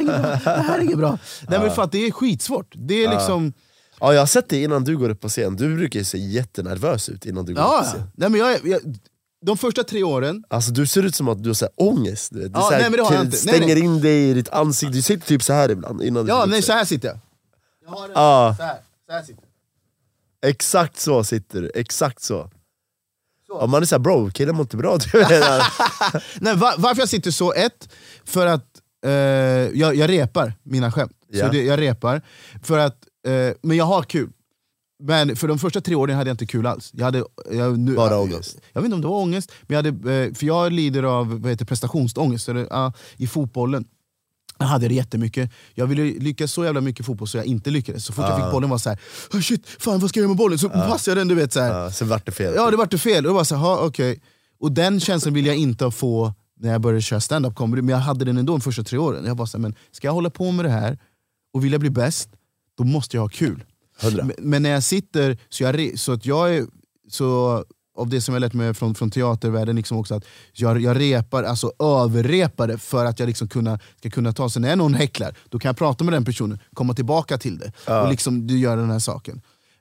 Nej, men för att det är skitsvårt. Det är liksom. Ja, jag har sett det innan du går upp på scen. Du brukar ju se jättenervös ut innan du går upp på scen. Nej, men de första 3 åren. Alltså du ser ut som att du har så här ångest. Du så här, nej, men det har jag inte. Stänger in dig i ditt ansikte. Du sitter typ så här ibland innan du så här sitter jag. Jag har så här sitter jag. Exakt så sitter du. Exakt så. Ja, man är såhär, bro, killen mår inte bra. Nej, varför jag sitter så? För att jag repar mina skämt. Så jag repar för att, men jag har kul. Men för de första 3 åren hade jag inte kul alls. Bara ångest. Jag vet inte om det var ångest, men för jag lider av prestationsångest i fotbollen. Jag hade det jättemycket. Jag ville lyckas så jävla mycket fotboll så jag inte lyckades. Så fort jag fick bollen var så här: oh shit, fan vad ska jag göra med bollen? Så passade jag den, du vet så här. Så vart det fel. Ja, det vart det fel. Och det var så här, okej. Och den känslan vill jag inte få när jag började köra stand-up comedy. Men jag hade den ändå de första 3 åren. Jag var så här, men ska jag hålla på med det här och vill jag bli bäst, då måste jag ha kul. 100. Men när jag sitter, så att jag är så av det som jag lärt mig från teatervärlden liksom också, att jag repar, alltså överrepar det för att jag liksom ska kunna ta sig när någon häcklar, då kan jag prata med den personen, komma tillbaka till det och liksom du gör den här saken.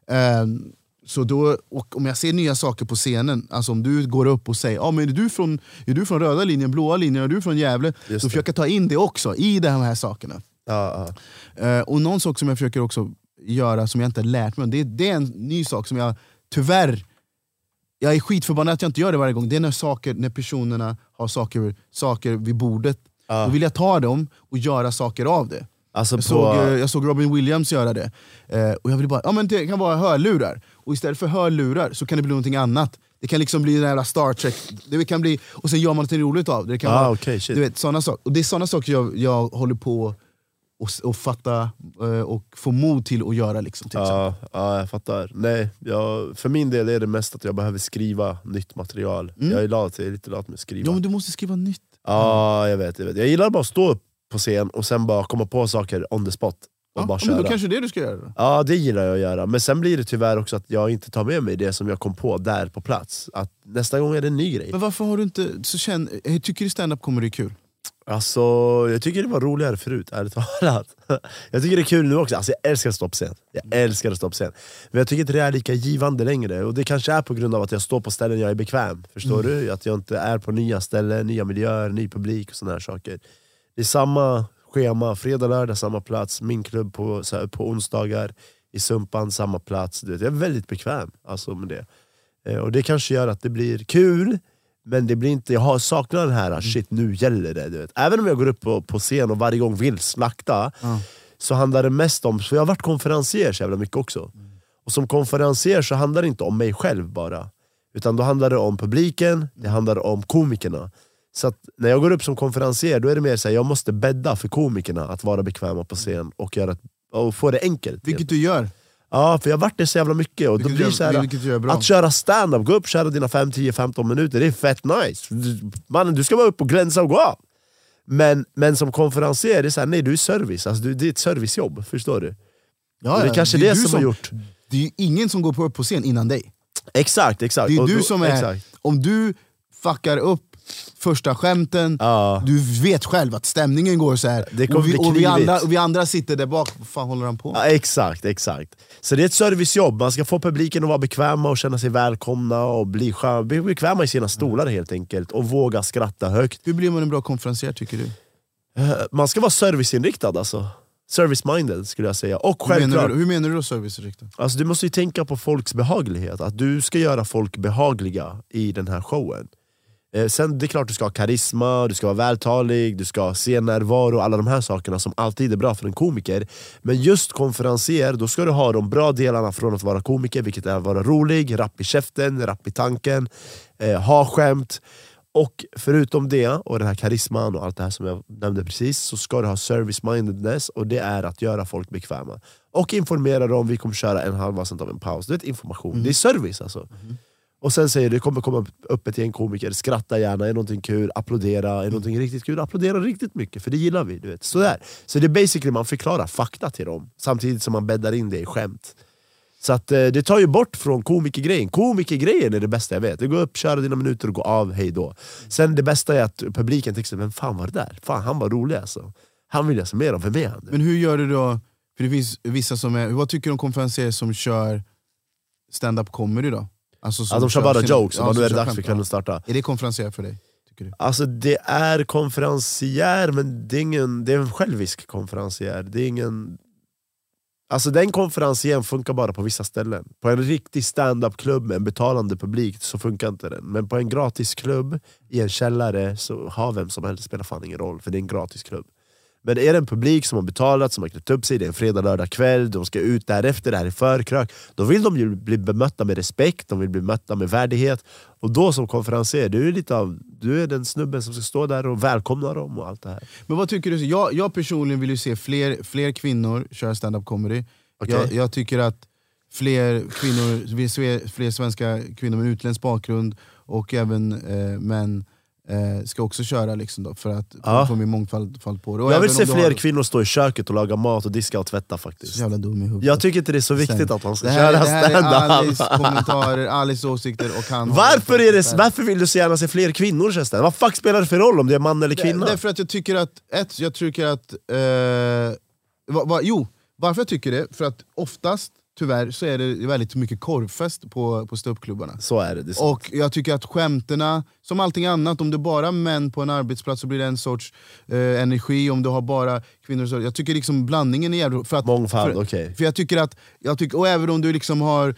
Så då, och om jag ser nya saker på scenen, alltså om du går upp och säger men är du från röda linjen, blåa linjen, är du från Gävle, så försöker jag ta in det också i de här sakerna. Och någon sak som jag försöker också göra som jag inte har lärt mig, det är en ny sak som jag tyvärr, jag är skitförbannad att jag inte gör det varje gång. Det är när personerna har saker vid bordet. Då vill jag ta dem och göra saker av det. Alltså jag såg Robin Williams göra det. Och jag vill bara, men det kan vara hörlurar. Och istället för hörlurar så kan det bli någonting annat. Det kan liksom bli den jävla Star Trek. Det kan bli, och sen gör man något roligt av det. Det kan vara, okay, du vet, såna saker. Och det är såna saker jag håller på och fatta och få mod till att göra liksom, till ja, jag fattar. Nej, för min del är det mest att jag behöver skriva nytt material. Jag är lite lat med att skriva. Ja, men du måste skriva nytt. Ja, jag vet. Jag gillar bara att stå upp på scen och sen bara komma på saker on the spot och bara köra. Men då kanske det du ska göra då? Ja, det gillar jag att göra. Men sen blir det tyvärr också att jag inte tar med mig det som jag kom på där på plats. Att nästa gång är det en ny grej. Men varför har du inte tycker du stand-up kommer det kul? Alltså, jag tycker det var roligare förut, ärligt talat. Jag tycker det är kul nu också. Alltså, jag älskar att stå på scen. Men jag tycker inte det är lika givande längre. Och det kanske är på grund av att jag står på ställen jag är bekväm. Förstår du? Att jag inte är på nya ställen, nya miljöer, ny publik och såna här saker. Det är samma schema, fredag, lördag, samma plats. Min klubb på onsdagar. I Sumpan, samma plats. Du vet, jag är väldigt bekväm alltså, med det. Och det kanske gör att det blir kul. Men det blir inte, jag saknar den här shit, nu gäller det, du vet. Även om jag går upp på scen och varje gång vill slakta, så handlar det mest om, för jag har varit konferencier så jävla mycket också. Och som konferencier så handlar det inte om mig själv bara, utan då handlar det om publiken, det handlar om komikerna. Så att när jag går upp som konferencier, då är det mer så här, jag måste bädda för komikerna att vara bekväma på scen och få det enkelt. Vilket du gör. Ja, för jag har varit det så jävla mycket. Och då blir så här, att köra stand-up, gå upp, köra dina 5, 10, 15 minuter, det är fett nice. Mannen, du ska vara upp och glänsa och gå av. Men som konferencier, det är så här, nej, du är service. Alltså, det är ett servicejobb, förstår du? Ja, det är kanske det som har gjort. Det är ju ingen som går upp på scen innan dig. Exakt. Det är du som är, exakt. Om du fuckar upp första skämten, du vet själv att stämningen går så här. Och vi andra sitter där bak, vad fan håller han på? Ja, exakt. Så det är ett servicejobb, man ska få publiken att vara bekväma och känna sig välkomna och bli bekväma i sina stolar helt enkelt, och våga skratta högt. Hur blir man en bra konferencier tycker du? Man ska vara serviceinriktad alltså. Service-minded skulle jag säga. Och självklart, hur menar du då serviceinriktad? Alltså, du måste ju tänka på folks behaglighet, att du ska göra folk behagliga i den här showen. Sen det är klart du ska ha karisma, du ska vara vältalig, du ska ha scennärvaro, alla de här sakerna som alltid är bra för en komiker. Men just konferencier, då ska du ha de bra delarna från att vara komiker, vilket är att vara rolig, rapp i käften, rapp i tanken, ha skämt. Och förutom det, och den här karisman och allt det här som jag nämnde precis, så ska du ha service-mindedness, och det är att göra folk bekväma. Och informera dem, vi kommer köra en halva cent av en paus. Det är information, det är service alltså. Och sen säger du, det kommer komma upp ett gäng komiker, skratta gärna, är någonting kul, applådera, är någonting riktigt kul, applådera riktigt mycket, för det gillar vi, du vet. Sådär. Så det är basically, man förklarar fakta till dem, samtidigt som man bäddar in det i skämt. Så att det tar ju bort från komikergrejen. Komikergrejen är det bästa jag vet. Du går upp, kör dina minuter och går av, hej då. Sen det bästa är att publiken tänker, men fan var det där? Fan, han var rolig alltså. Han vill jag se mer av, vem är han? Men hur gör du då? För det finns vissa som är, vad tycker du om konferenser som kör stand-up comedy då? Alltså de kör bara jokes, och nu är det dags för kvällen att starta. Är det konferensier för dig, tycker du? Alltså det är konferensier, men det är en självisk konferensier. Det är ingen... Alltså den konferensieren funkar bara på vissa ställen. På en riktig stand-up-klubb med en betalande publik så funkar inte den. Men på en gratis klubb i en källare så har vem som helst, spelar fan ingen roll, för det är en gratis klubb. Men är det en publik som har betalat, som har klätt upp sig, det är en fredag, lördag kväll, de ska ut därefter, det här är förkrök, då vill de ju bli bemötta med respekt, de vill bli bemötta med värdighet. Och då som konferenser, du är den snubben som ska stå där och välkomna dem och allt det här. Men vad tycker du? Jag personligen vill ju se fler kvinnor köra stand-up comedy. Okay. Jag tycker att fler svenska kvinnor med utländsk bakgrund och även män ska också köra liksom då, för att få mer mångfald på det. Och jag vill se fler kvinnor stå i köket och laga mat och diska och tvätta faktiskt. Så jävla dum i huvudet. Jag tycker inte det är så viktigt att man ska det köra här stand-up. är Alice kommentarer, Alice åsikter och Varför vill du så gärna se fler kvinnor köra? Vad fuck spelar det för roll om det är man eller kvinna? Därför att jag tycker att varför jag tycker det? För att oftast tyvärr så är det väldigt mycket korvfest på ståuppklubbarna. Så är det. Och jag tycker att skämterna, som allting annat, om det är bara män på en arbetsplats så blir det en sorts energi. Om du har bara kvinnor så, jag tycker liksom blandningen är jävligt... Mångfald, okej. För jag tycker, och även om du liksom har...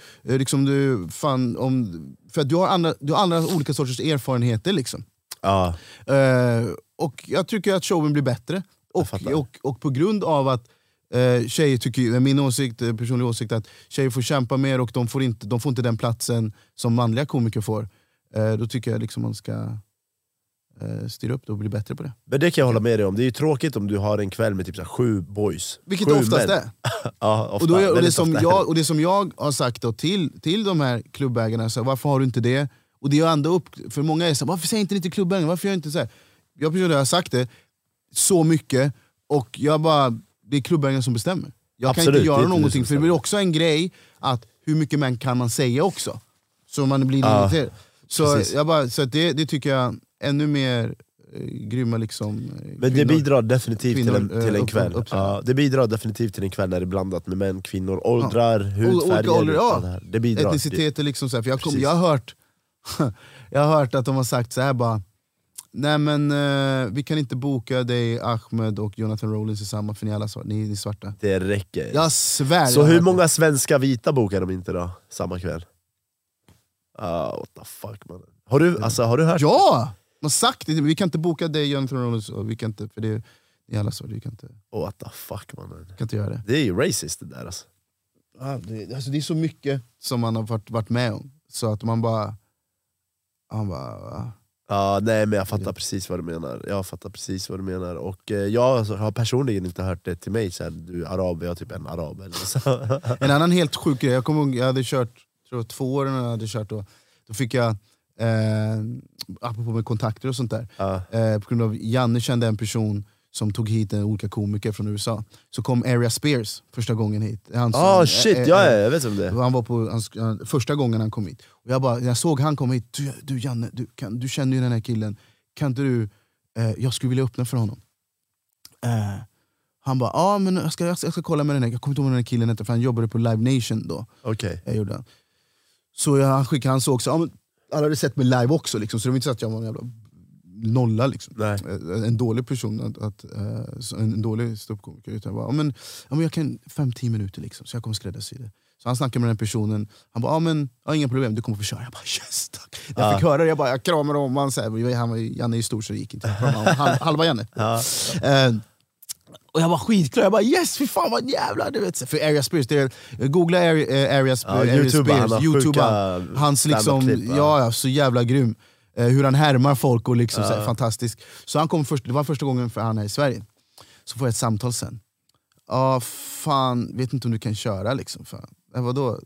för att du har andra olika sorters erfarenheter liksom. Ja. Och jag tycker att showen blir bättre. Och på grund av att tjejer tycker, min personliga åsikt att tjejer får kämpa mer och de får inte den platsen som manliga komiker får. Då tycker jag liksom man ska styra upp det och bli bättre på det. Men det kan jag hålla med dig om. Det är ju tråkigt om du har en kväll med typ så här 7 boys. Vilket oftast är. Ja, ofta. Och det som jag har sagt då till de här klubbägarna, så varför har du inte det? Och det är ändå upp, för många är så här, varför säger inte ni till klubbägarna? Varför gör jag inte så här? Jag personligen har sagt det så mycket och jag bara, det är klubbägarna som bestämmer. Jag kan inte göra någonting, för det blir också en grej att hur mycket män kan man säga också, så man blir irriterad. Så det tycker jag ännu mer grymma liksom. Men det bidrar definitivt till en kväll. Det bidrar definitivt till en kväll när det är blandat med män, kvinnor, åldrar, hudfärger, det bidrar. Etniciteter liksom så här. För jag har hört att de har sagt så här bara: nej men vi kan inte boka dig, Ahmed och Jonathan Rollins i samma, för ni är svarta. Det räcker. Jag svär. Så hur många svenska vita bokar de inte då samma kväll? What the fuck man. Har du hört? Ja! Man har sagt det, vi kan inte boka dig, Jonathan Rollins, och vi kan inte, för det är alla så, vi kan inte. What the fuck man. Kan inte göra det. Det är ju racist det där alltså. Det är så mycket som man har varit med om, så att man bara... Ja, nej men jag fattar precis vad du menar. Och jag har personligen inte hört det till mig så här, du är arab, jag är typ en arab eller så. En annan helt sjuk grej, jag hade kört, tror jag, 2 år när jag hade kört då fick jag apropå med kontakter och sånt där, på grund av Janne kände en person som tog hit olika komiker från USA. Så kom Aria Spears första gången hit. Jag vet om det. Han var på första gången han kom hit. Och jag såg han kom hit. Du Janne, du känner ju den här killen. Kan inte du... jag skulle vilja öppna för honom. Han bara, men jag ska kolla med den här. Jag kommer inte ihåg den här killen, för han jobbade på Live Nation då. Okej. Jag gjorde. Så han såg också, han hade sett mig live också liksom, så det var inte så att jag var en jävla nolla liksom. Nej. En dålig person, en dålig ståuppkomiker, utan bara, men jag kan 5-10 minuter liksom, så jag kommer skräddarsy det. Så han snackade med den personen, han bara, inga problem, du kommer få köra. Jag bara, yes tack. Jag fick höra det, jag kramar om han, Janne är stor så det gick inte. Halva Janne. Och jag var skitglad, jag bara yes, fy fan vad jävlar, du vet. För Aria Spears, googla Aria Spears, YouTube, hans liksom, så jävla grym. Hur han härmar folk och liksom, så här, fantastisk. Så han kom det var första gången för han är i Sverige. Så får jag ett samtal sen. Fan, vet inte om du kan köra liksom. Fan. Vadå?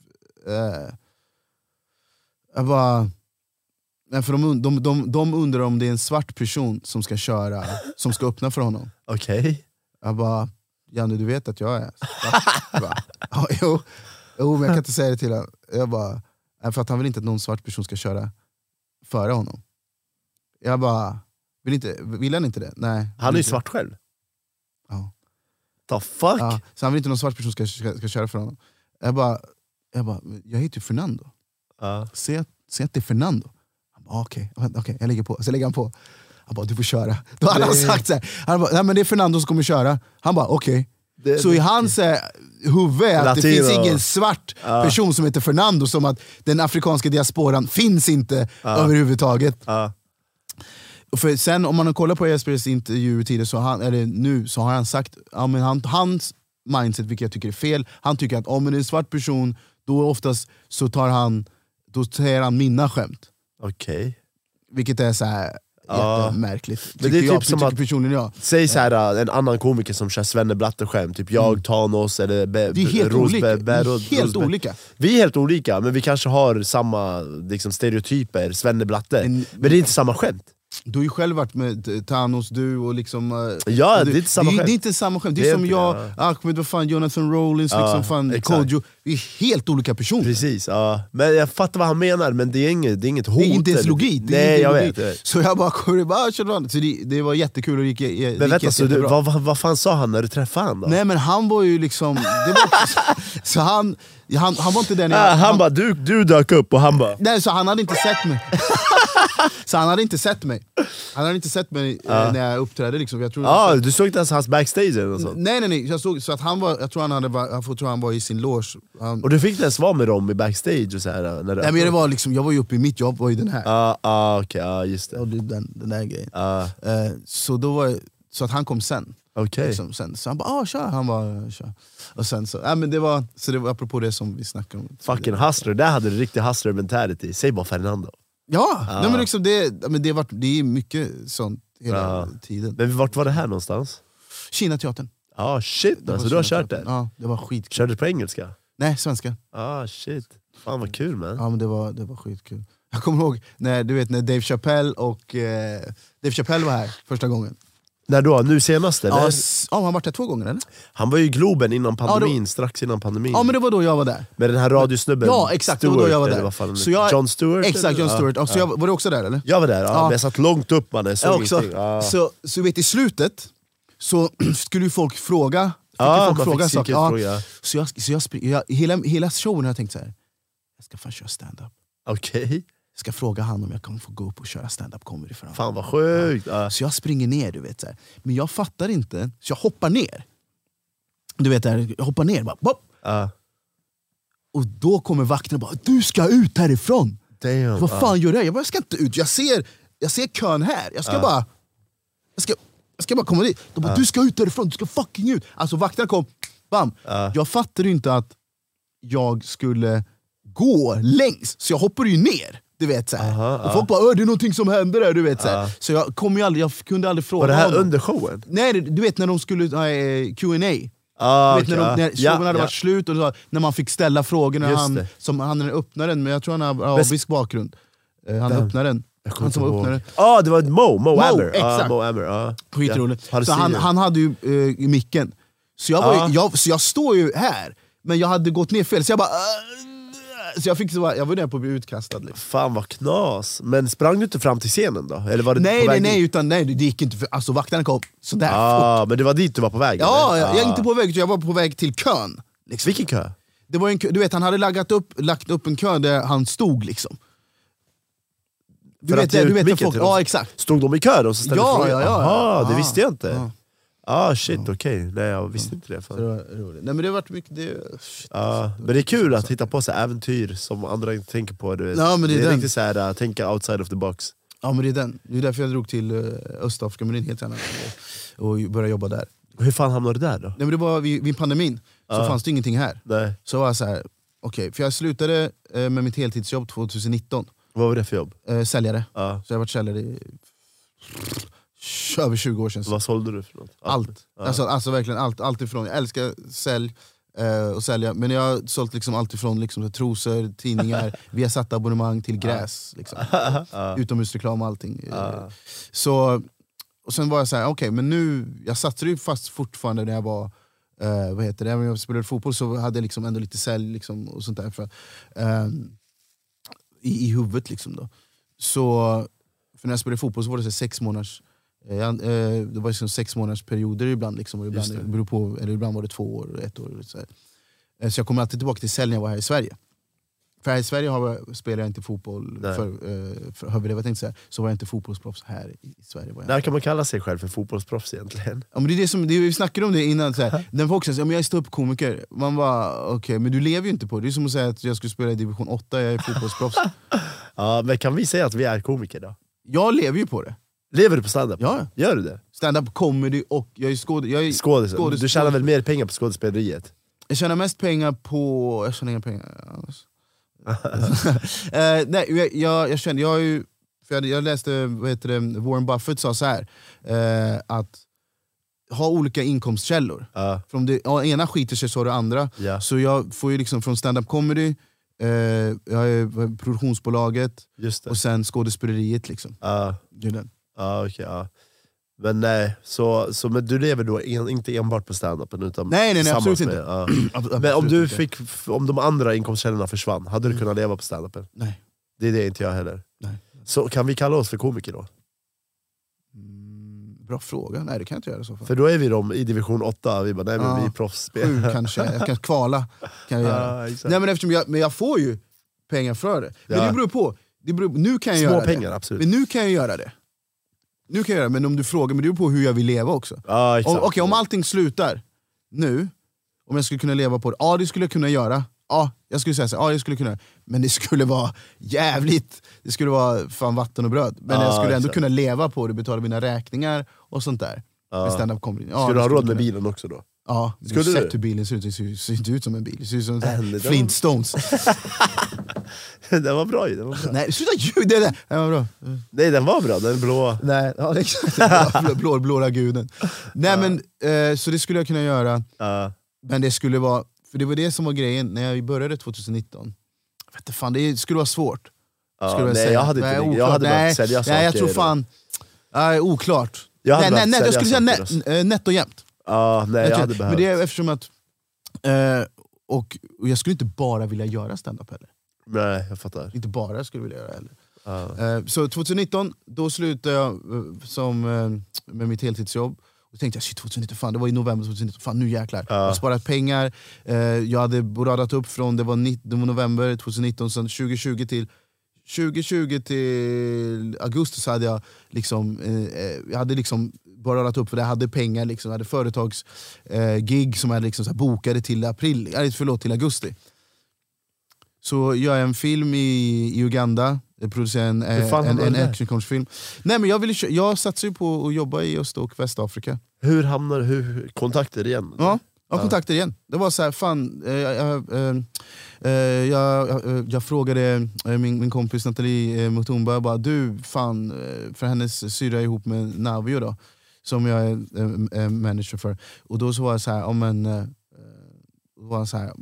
Jag bara... Nej, för de undrar om det är en svart person som ska köra, som ska öppna för honom. Okej. Jag bara, Janne, du vet att jag är svart? Jo, men jag kan inte säga det till honom. Jag bara, för att han vill inte att någon svart person ska köra före honom. Jag bara, vill han inte det? Nej. Han är ju svart själv. Ja. The fuck? Ja, så han vill inte att någon svart person ska köra för honom. Jag bara, jag heter ju Fernando. Se att det är Fernando. Han bara, okej, jag lägger på. Så lägger han på. Han bara, du får köra. Då hade han sagt så här. Han bara, nej men det är Fernando som kommer köra. Han bara, okej. Så i hans huvud är att det finns ingen svart person som heter Fernando, som att den afrikanska diasporan finns inte överhuvudtaget. För sen om man kollar på Jespers intervju tidigare så har han sagt hans mindset, vilket jag tycker är fel. Han tycker att om det är en svart person, då oftast så säger han mina skämt. Okej. Vilket är så här jättemärkligt. Men det är typ som att personligen, säg så här, en annan komiker som kör Svenne Blatter-skämt, typ jag, Thanos eller vi är helt olika. Vi är helt olika, men vi kanske har samma liksom, stereotyper, Svenne Blatter. Men det är inte samma skämt. Du har ju själv varit med Thanos, du och liksom... Ja, det är inte samma skämt. Det är inte samma skämt. Det är som jag, Ahmed, Jonathan Rollins, Kodjo. Vi är helt olika personer. Precis, ja. Men jag fattar vad han menar, men det är inget hot. Det är inte ens logik. Nej, jag vet. Så jag bara så det var jättekul och gick jättebra. Men vänta, så vad fan sa han när du träffade han då? Nej, men han var ju liksom... Det var så han var inte den... Han bara, du dök upp och han bara... Nej, så han hade inte sett mig. Så han hade inte sett mig. Han hade inte sett mig när jag uppträdde liksom. Du såg inte ens hans backstage eller något sånt? Nej, jag såg så att jag tror han var i sin loge. Och du fick inte ens vara med dem i backstage och så här, när nej, men det var liksom, jag var ju uppe i mitt jobb, var ju den här. Okej, just det. Och den där grejen. Så då var så att han kom sen. Okay. Liksom, sen. Så han bara, kör. Han bara, kör. Och sen så, men det var apropå det som vi snackade om. Fucking hustler, där hade du riktig hustler mentality. Säg bara Fernando. Ja, nej, men liksom det är mycket sånt hela tiden. Men vart var det här någonstans? Kina-teatern. Shit, alltså du har kört där? Ja, det var skitkul. Körde du på engelska? Nej, svenska. Shit. Fan vad kul, man. Ja, men det var skitkul. Jag kommer ihåg när Dave Chappelle var här första gången. När då? Nu senast eller? Ja, han var där 2 gånger eller? Han var ju i Globen innan pandemin, strax innan pandemin. Ja, men det var då jag var där. Med den här radiosnubben. Ja, exakt, Stewart, det var då jag var där. Så John Stewart? Exakt, John Stewart. Och så var du också där eller? Jag var där, men jag satt långt upp, man. Jag såg också. Så vet i slutet så skulle ju folk fråga. Hela showen har jag tänkt så här. Jag ska fan köra stand-up. Okej. Jag ska fråga han om jag kan få gå upp och köra stand-up comedy för honom. Fan vad sjukt. Så jag springer ner, du vet så här. Men jag fattar inte, så jag hoppar ner. Du vet där, jag hoppar ner bara. Och då kommer vakten och bara, du ska ut härifrån. Damn, vad fan gör jag? Jag ska inte ut. Jag ser kön här. Jag ska bara komma dit. De bara, du ska ut härifrån, du ska fucking ut. Alltså vakten kom, bam. Jag fattade ju inte att jag skulle gå längs, så jag hoppade ju ner. Du vet så här. Och folk bara, det är någonting som händer där, du vet så här. Så jag kunde aldrig fråga. Var det här honom under showen? Nej, du vet när de skulle Q&A. När showen hade varit slut och så, när man fick ställa frågor när han är öppnaren, men jag tror han har arabisk bakgrund. Han öppnar den. Han som var öppnaren. Det var Mo Amer. Exakt. Mo Amer. Skitroligt. Så han hade ju micken. Så jag står ju här, men jag hade gått ner fel, så jag bara så jag var där på att bli utkastad liksom. Fan vad knas. Men sprang du inte fram till scenen då? Eller var det nej, det gick inte, alltså vakterna kom sådär fort. Men det var dit du var på väg? Ja, jag är inte på väg, jag var på väg till kön liksom. Vilken kö? Det var en kö, du vet, han hade lagt upp en kö där han stod liksom. Du vet folk, exakt. Stod de i kö då? Så ställde ja. Det visste jag inte. Shit, okej. Nej, jag visste inte det. Så det var roligt. Nej, men det har varit mycket... Men det är kul att hitta på så äventyr som andra inte tänker på. Du vet. Ja, men det är riktigt så här, tänka outside of the box. Ja, men det är därför jag drog till Östafrika, men det är helt annat. Och började jobba där. Hur fan hamnade du där då? Nej, men det var vid pandemin, så fanns det ingenting här. Nej. Så var jag så här, okej, för jag slutade med mitt heltidsjobb 2019. Vad var det för jobb? Säljare. Så jag har varit säljare i över 20 år sedan. Vad sålde du för något? Allt. Alltså verkligen allt ifrån. Jag älskar sälj och sälja, men jag har sålt liksom allt ifrån liksom, trosor, tidningar, vi har satt abonnemang till gräs liksom. Utomhusreklam och allting. Så, och sen var jag så här, okej, men nu, jag satsade ju fast fortfarande när jag var när jag spelade fotboll, så hade jag liksom ändå lite sälj liksom, och sånt där i huvudet liksom då. Så för när jag spelade fotboll så var det så 6 månaders det var liksom 6 månaders perioder ibland liksom, och ibland var det 2 år och 1 år så jag kommer alltid tillbaka till sälj när jag var här i Sverige. För här i Sverige spelar jag inte fotboll så var jag inte fotbollsproffs här i Sverige. När kan man kalla sig själv för fotbollsproffs egentligen? Ja, men vi snackade om det innan så här. Den folk säger, jag är ståuppkomiker. Man bara, okej, men du lever ju inte på det. Det är som att säga att jag skulle spela i division 8, jag är fotbollsproffs. Men kan vi säga att vi är komiker då? Jag lever ju på det. Lever du på stand-up? Ja. Gör du det? Stand-up comedy och jag är skådespelare. Du tjänar väl mer pengar på skådespeleriet? Jag tjänar mest pengar på... Jag tjänar inga pengar annars. Nej, jag läste Warren Buffett sa så här att ha olika inkomstkällor. För om det ena skiter sig så är det andra. Så jag får ju liksom från stand-up comedy, jag är produktionsbolaget och sen skådespeleriet liksom. Okay. Men nej, men du lever då inte enbart på stand-upen utan nej absolut inte. Men om de andra inkomstkällorna försvann, hade du kunnat leva på stand-upen? Nej. Det är det inte jag heller. Nej. Så kan vi kalla oss för komiker då? Bra fråga. Nej, det kan jag inte göra så fall. För då är vi i division 8. Vi bara, nej men vi är proffsspel. 7 kanske. Jag kan kvala. Kan jag göra. Nej, men eftersom jag får ju pengar för det. Men det beror på. Nu kan jag göra pengar, det. Absolut. Men nu kan jag göra det. Men om du frågar, men det beror på hur jag vill leva också. Okej, om allting slutar nu, om jag skulle kunna leva på det, det skulle jag kunna göra. Jag skulle säga så, jag skulle kunna. Men det skulle vara jävligt. Det skulle vara fan vatten och bröd. Men jag skulle ändå kunna leva på det, betala mina räkningar och sånt där. Stand-up comedy. Skulle du ha råd med bilen också då? Ja, skulle du sett hur bilen ser ut? Det ser inte ut som en bil. Det ser ut som Flintstones. Den var bra ju. Nej, sluta ljud, det där. Den var bra. Nej, den var bra, den blå. Nej, exakt. Blåa guden. Nej, men så det skulle jag kunna göra. Men det skulle vara, för det var det som var grejen när jag började 2019. Det skulle vara svårt. Jag hade behövt sälja saker. Nej, jag tror fan oklart. Jag skulle säga nätt och jämnt. Jag hade behövt. Men det är eftersom att och jag skulle inte bara vilja göra stand-up heller. Nej, jag fattar. Inte bara jag skulle vilja göra heller. Så 2019, då slutade jag med mitt heltidsjobb. Och tänkte jag, 2019, fan, det var i november 2019, fan nu jäklar. Jag har sparat pengar, jag hade radat upp från, det var november 2019, sen 2020 till augusti så hade jag liksom bara radat upp, för jag hade pengar liksom, jag hade företagsgig som jag liksom så här bokade till till augusti. Så gör jag en film i Uganda, jag producerar en actionkonstfilm. Nej, men jag satsar ju på att jobba i Öst- och Västafrika. Hur kontakter igen? Ja, kontakter igen. Det var så här, fan, jag frågade min kompis Nathalie Mutumba, jag bara, du fan, för hennes syrra är ihop med Navio då, som jag är manager för. Och då så var jag så här,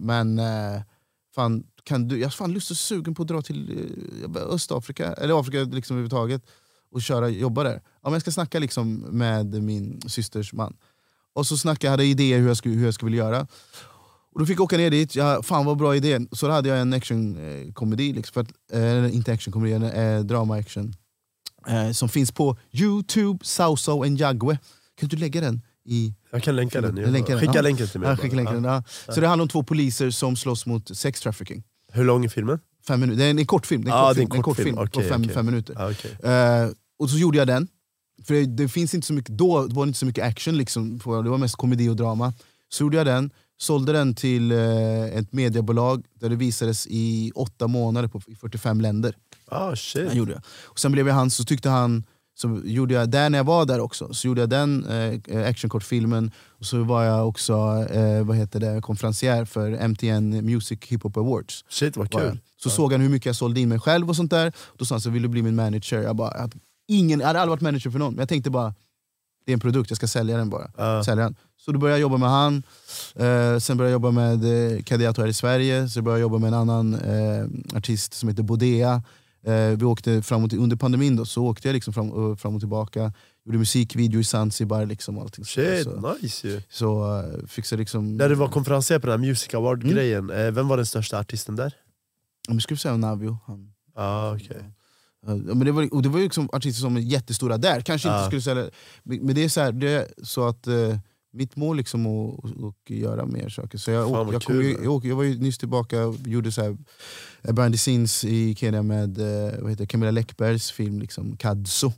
fan, kan du, jag har fan lust och sugen på att dra till Östafrika, eller Afrika liksom överhuvudtaget, och jobba där. Ja, men jag ska snacka liksom med min systers man. Och så hade jag idéer hur jag skulle vilja göra. Och då fick jag åka ner dit, fan vad bra idé. Så då hade jag en action-komedi, liksom, inte action-komedi, en drama-action. Som finns på YouTube, Sauso and Jagwe. Kan du lägga den i... Jag kan länka den. Skicka länken till mig. Skicka länken, ja. Så det handlar om 2 poliser som slåss mot sex trafficking. Hur lång är filmen? 5 minuter. Det är en kortfilm. Det är en kortfilm på 5 minuter. Och så gjorde jag den. För det finns inte så mycket, då var det inte så mycket action liksom, det var mest komedi och drama. Så gjorde jag den, sålde den till ett mediebolag där det visades i 8 månader i 45 länder. Shit. Gjorde jag. Och sen blev jag hans, så tyckte han, så gjorde jag där när jag var där också, så gjorde jag den actionkortfilmen, och så var jag också konferencier för MTN Music Hip Hop Awards. Shit, vad kul. Så såg han hur mycket jag sålde in mig själv och sånt där. Då sa han så, vill du bli min manager? Jag hade aldrig varit manager för någon, men jag tänkte bara, det är en produkt, jag ska sälja den bara. Sälja den. Så då började jag jobba med han. Sen började jag jobba med Kadiato här i Sverige. Så började jag jobba med en annan artist som heter Bodea. Vi åkte under pandemin då, så åkte jag liksom fram och tillbaka. Gjorde musikvideo i Zanzibar liksom, allting. Shit, nice. Så fixade liksom... När du var konferenser på den här Music Award-grejen, vem var den största artisten där? Jag skulle säga Navio. Okej. Men det var ju liksom artister som är jättestora där. Kanske inte skulle säga, men det är så här, det är så att mitt mål liksom att göra mer saker. Så jag var ju nyss tillbaka och gjorde så här behind the scenes i Kenya med Camilla Läckbergs film liksom, Kadso.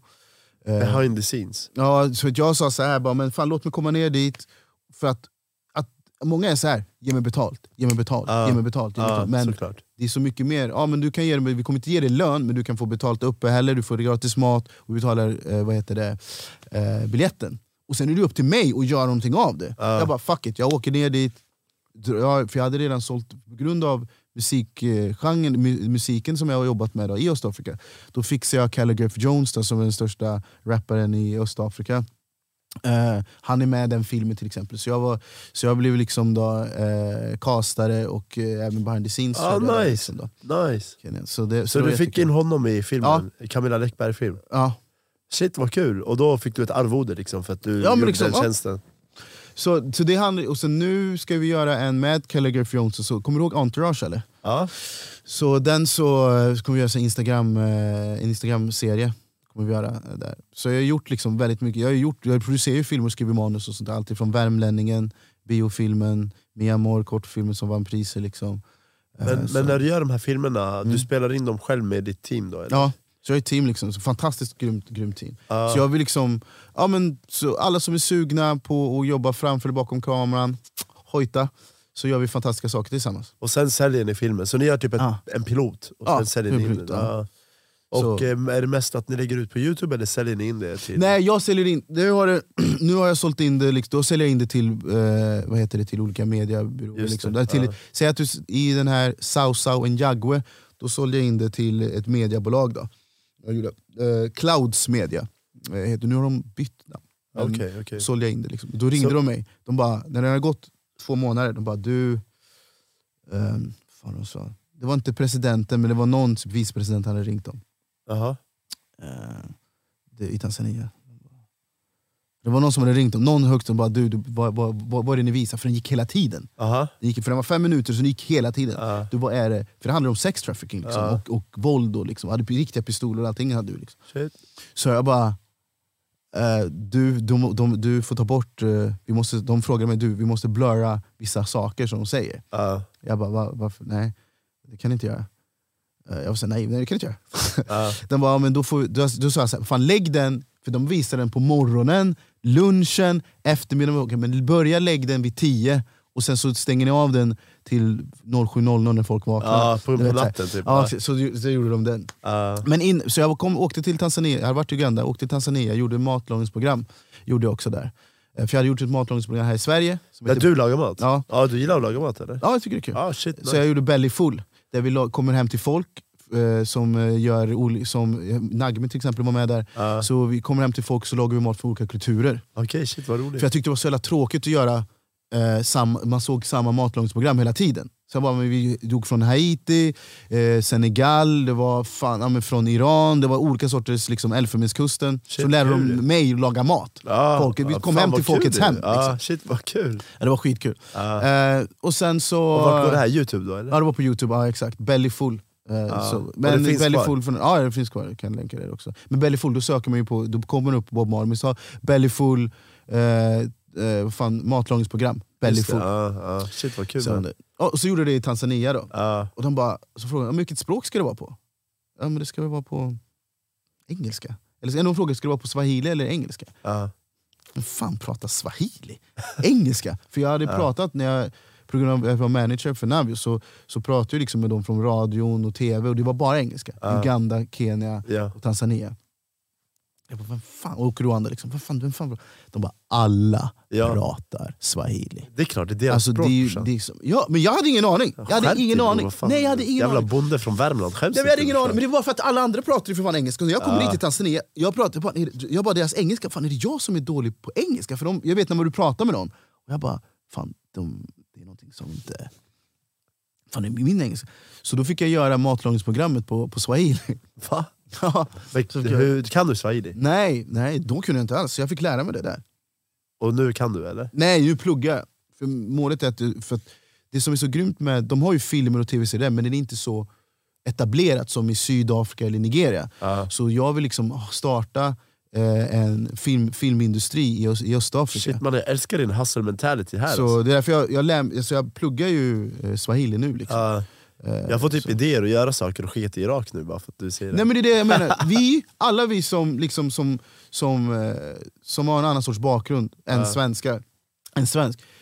Behind the scenes? Ja, så jag sa så här bara, men fan låt mig komma ner dit, för att många är så här: ge mig betalt, ge mig betalt, ge mig betalt. Men såklart. det är så mycket mer. Men du kan ge det, vi kommer inte ge dig lön, men du kan få betalt uppehälle, du får gratis mat och betalar biljetten. Och sen är det upp till mig att göra någonting av det. Jag bara fuck it, jag åker ner dit. För jag hade redan sålt, på grund av musiken som jag har jobbat med då, i Östafrika. Då fixade jag Calligraph Jones då, som är den största rapparen i Östafrika. Han är med i den filmen till exempel. Så jag blev liksom då castare och även behind the scenes. Nice. Liksom då. Nice. Så du fick in honom i filmen? Camilla Läckberg-film? Ja. Shit vad kul, och då fick du ett arvode liksom, för att du gjorde liksom, den tjänsten. Så det handlar, och så nu ska vi göra en med Calligraph Jones. Så kommer du ihåg Entourage eller? Ja. Så den så kommer vi göra en Instagram-serie. Kommer vi göra där. Så jag har gjort liksom väldigt mycket. Jag producerar ju filmer och skriver manus och sånt. Alltid från Värmlänningen, biofilmen, Mi Amor, kortfilmen som vann priser liksom. Men när du gör de här filmerna, du spelar in dem själv med ditt team då? Eller? Ja, så jag är ett team liksom, så fantastiskt grymt team. Så jag vill liksom, så alla som är sugna på att jobba framför eller bakom kameran, hojta, så gör vi fantastiska saker tillsammans. Och sen säljer ni filmen, så ni gör typ en pilot och sen säljer ni in den. Och är det mest att ni lägger ut på YouTube eller säljer ni in det till? Nej, jag säljer in nu har jag sålt in det liksom, då säljer jag in det till till olika mediebyråer liksom. Säg att du i den här Sao Njagwe, då sålde jag in det till ett mediebolag då. Jag gjorde Clouds Media. Nu har de bytt namn. Okay. Sålde jag in det liksom. Då ringde de mig. De bara, när det har gått 2 månader, de bara fan de sa. Det var inte presidenten, men det var någon vicepresident hade ringt dem. I Tanzania. Det var någon som hade ringt dem, någon högt som bara vad är det ni visar? För den gick hela tiden. För den var 5 minuter så den gick hela tiden. Vad är det? För det handlar om sex trafficking liksom, och våld och liksom. Hade riktiga pistoler och allting hade du liksom. Shit. Så jag bara du får ta bort de frågar mig, vi måste blurra vissa saker som de säger. Jag bara varför? Nej, det kan inte göra. Jag sa nej, det kan inte göra. Den bara, men då sa jag så här, fan lägg den, för de visar den på morgonen, lunchen, eftermiddagen, men börja lägg den vid 10 och sen så stänger ni av den till 07.00 när folk vaknar. På natten typ. Så gjorde de den. Men så jag åkte till Tanzania, jag hade varit i Uganda, åkte till Tanzania, gjorde matlagningsprogram, gjorde jag också där. För jag hade gjort ett matlagningsprogram här i Sverige. Där du lagar mat? Ja. Du gillar att laga mat eller? Ja, jag tycker det är kul. Shit, nice. Så jag gjorde Belly Full, där vi kommer hem till folk som gör, som Nagme till exempel var med där. Så vi kommer hem till folk så lagar vi mat för olika kulturer. Okej, shit vad roligt. För jag tyckte det var så jävla tråkigt att göra man såg samma matlagningsprogram hela tiden. Så bara, vi dog från Haiti, Senegal, det var från Iran, det var olika sorters liksom, Elfenbenskusten. Så lärde de mig att laga mat. Vi kom hem till folkets hem. Liksom. Shit vad kul. Ja, det var skitkul. Och sen så... Och vart går det här? YouTube då eller? Ja, det var på YouTube, exakt. Belly Full. Men det finns Belly kvar? Full det finns kvar, jag kan länka det också. Men Belly Full, då söker man ju på, då kommer man upp på Bob Marley. Så Belly Full, matlagningsprogram. Belly Full. Shit vad kul. Så gjorde det i Tanzania då. Och de bara, så frågade vilket språk ska det vara på? Ja, men det ska väl vara på engelska. Eller de frågade, ska det vara på swahili eller engelska? Men fan pratar swahili? Engelska? För jag hade pratat när jag, på grund av att jag var manager för Navio, så pratade jag liksom med dem från radion och tv, och det var bara engelska. Uganda, Kenya och Tanzania. Jag bara, vem fan? Och Rwanda liksom, vem fan? De bara, alla pratar swahili. Det är klart, det är deras språk. Men jag hade ingen aning. Jag hade ingen aning. Nej, jag hade ingen jävla aning. bonde från Värmland, skäms jag hade ingen aning, men det var för att alla andra pratade för fan engelska. När jag kom dit till Tanzania, jag bara deras engelska, fan är det jag som är dålig på engelska? För jag vet när du pratar med någon, och jag bara, fan, det är någonting som inte... Fan, det är min engelska. Så då fick jag göra matlagningsprogrammet på swahili. Va? Ja. Kan du swahili? Nej, då kunde jag inte alls. Jag fick lära mig det där. Och nu kan du eller? Nej, nu pluggar jag. För målet är att det som är så grymt med, de har ju filmer och tv-serier, men det är inte så etablerat som i Sydafrika eller Nigeria. Så jag vill liksom starta en filmindustri i Östafrika. Shit man, jag älskar din hustle mentality här. Så alltså. det är därför jag pluggar ju swahili nu liksom. Jag får typ idéer att göra saker och skita i Irak nu bara för att du säger det. Nej, men det är det jag menar. Alla vi som liksom som har en annan sorts bakgrund än svenskar. En svensk.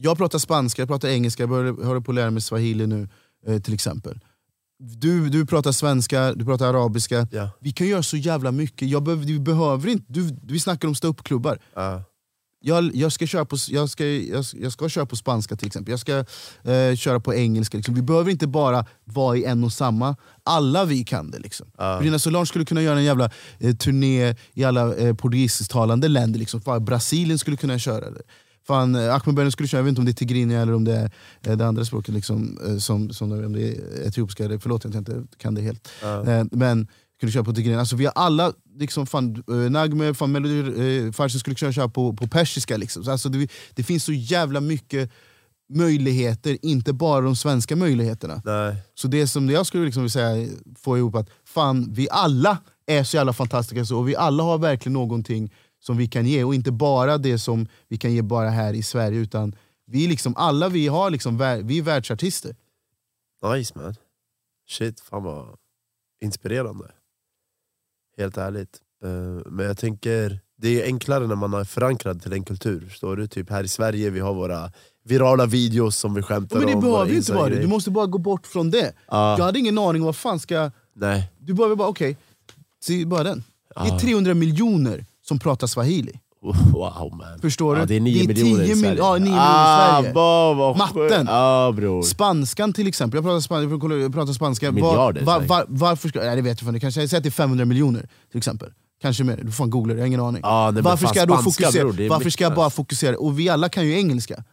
Jag pratar spanska, jag pratar engelska, jag håller på att lära mig swahili nu till exempel. Du pratar svenska, du pratar arabiska. Ja. Vi kan göra så jävla mycket. Vi behöver inte. Vi snackar om ståuppklubbar. Jag ska köra på spanska till exempel. Jag ska köra på engelska liksom. Vi behöver inte bara vara i en och samma. Alla vi kan det liksom. Brina Solange skulle kunna göra en jävla turné i alla portugisisktalande länder liksom. Brasilien skulle kunna köra det. Fan, Ahmed Berne skulle köra, jag vet inte om det är tigrinja eller om det är det andra språket liksom, som om det är etiopiska, förlåt jag inte kan det helt. Men skulle köra på tigrinja, alltså vi har alla liksom, Nagme, Farsi skulle kunna köra på persiska liksom. Så alltså, det finns så jävla mycket möjligheter, inte bara de svenska möjligheterna. Nej. Så det som jag skulle liksom säga, få ihop att fan, vi alla är så jävla fantastiska och vi alla har verkligen någonting som vi kan ge, och inte bara det som vi kan ge bara här i Sverige, utan vi liksom, alla vi har liksom, vi är världsartister. Nice man. Shit, fan vad inspirerande. Helt ärligt. Men jag tänker, det är enklare när man är förankrad till en kultur. Förstår du? Typ här i Sverige, vi har våra virala videos som vi skämtar om. Men det behöver inte vara det, du måste bara gå bort från det. Jag hade ingen aning om vad fan ska... Nej. Du behöver bara, okej, se bara den. Det är 300 miljoner som pratar swahili. Wow man. Förstår du? Det är 9 miljoner i Sverige. 9 miljoner i Sverige. Matten. Bror. Spanskan till exempel. Jag pratar spanska. Miljarder. Varför ska... Nej, det vet jag fan. Kanske säger att det är 500 miljoner till exempel. Kanske mer. Du får googla det, jag har ingen aning. Varför ska jag då fokusera? Varför ska jag bara fokusera? Och vi alla kan ju engelska.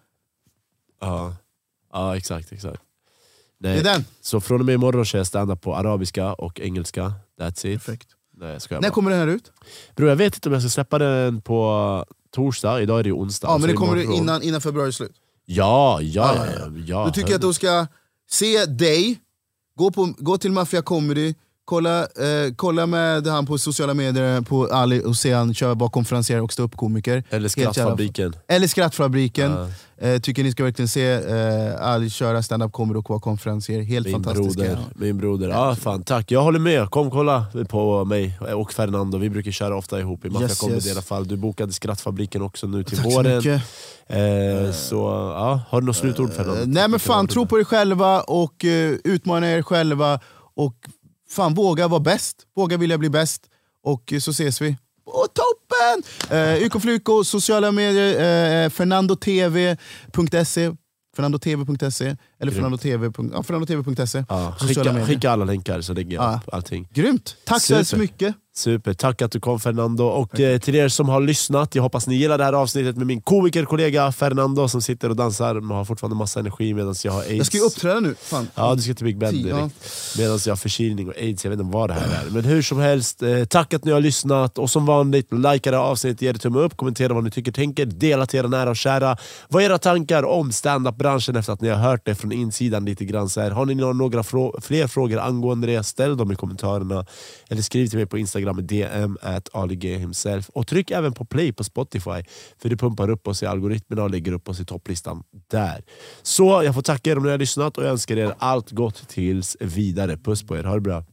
Ja, exakt. Nej. Det är den. Så från och med imorgon kör jag stand-up på arabiska och engelska. That's it. Perfekt. Nej, när kommer den här ut? Bro, jag vet inte om jag ska släppa den på torsdag. Idag är det ju onsdag. Ja, men det kommer du innan februari slut. Ja. Du tycker att du ska se dig, gå till Mafia Comedy, kolla med han på sociala medier på Ali och se han köra bara konferenser och stå upp komiker. Eller Skrattfabriken. Tycker ni ska verkligen se Ali köra stand-up comedy och vara konferenser. Helt fantastiska. Min broder. Fan, tack. Jag håller med. Kom kolla på mig och Fernando. Vi brukar köra ofta ihop i Mafia Comedy i alla fall. Du bokade Skrattfabriken också nu till våren. Så har du något slutord Fernando? Nej men fan, tro på er själva och utmana er själva och fan, våga vara bäst. Våga vilja bli bäst. Och så ses vi. Toppen! Ykoflyko, sociala medier, fernandotv.se eller fernandotv.se. Skicka alla länkar så lägger jag upp allting. Grymt, tack så mycket. Super, tack att du kom Fernando. Och till er som har lyssnat, jag hoppas ni gillar det här avsnittet med min komikerkollega Fernando som sitter och dansar men har fortfarande massa energi medan jag har AIDS. Jag ska ju uppträda nu. Fan. Ja, du ska till Big Ben direkt. Medan jag har förkylning och AIDS, jag vet inte vad det här är. Men hur som helst, tack att ni har lyssnat. Och som vanligt, likea det här avsnittet, ge det tumme upp, kommentera vad ni tycker, tänker, dela till era nära och kära. Vad är era tankar om stand-up-branschen efter att ni har hört det från insidan lite grann så här. Har ni några fler frågor angående det, ställ dem i kommentarerna. Eller skriv till mig på Instagram med DM @aligehimself. Och tryck även på play på Spotify, för det pumpar upp oss i algoritmerna och lägger upp oss i topplistan där. Så jag får tacka er om ni har lyssnat och jag önskar er allt gott tills vidare. Puss på er, ha det bra.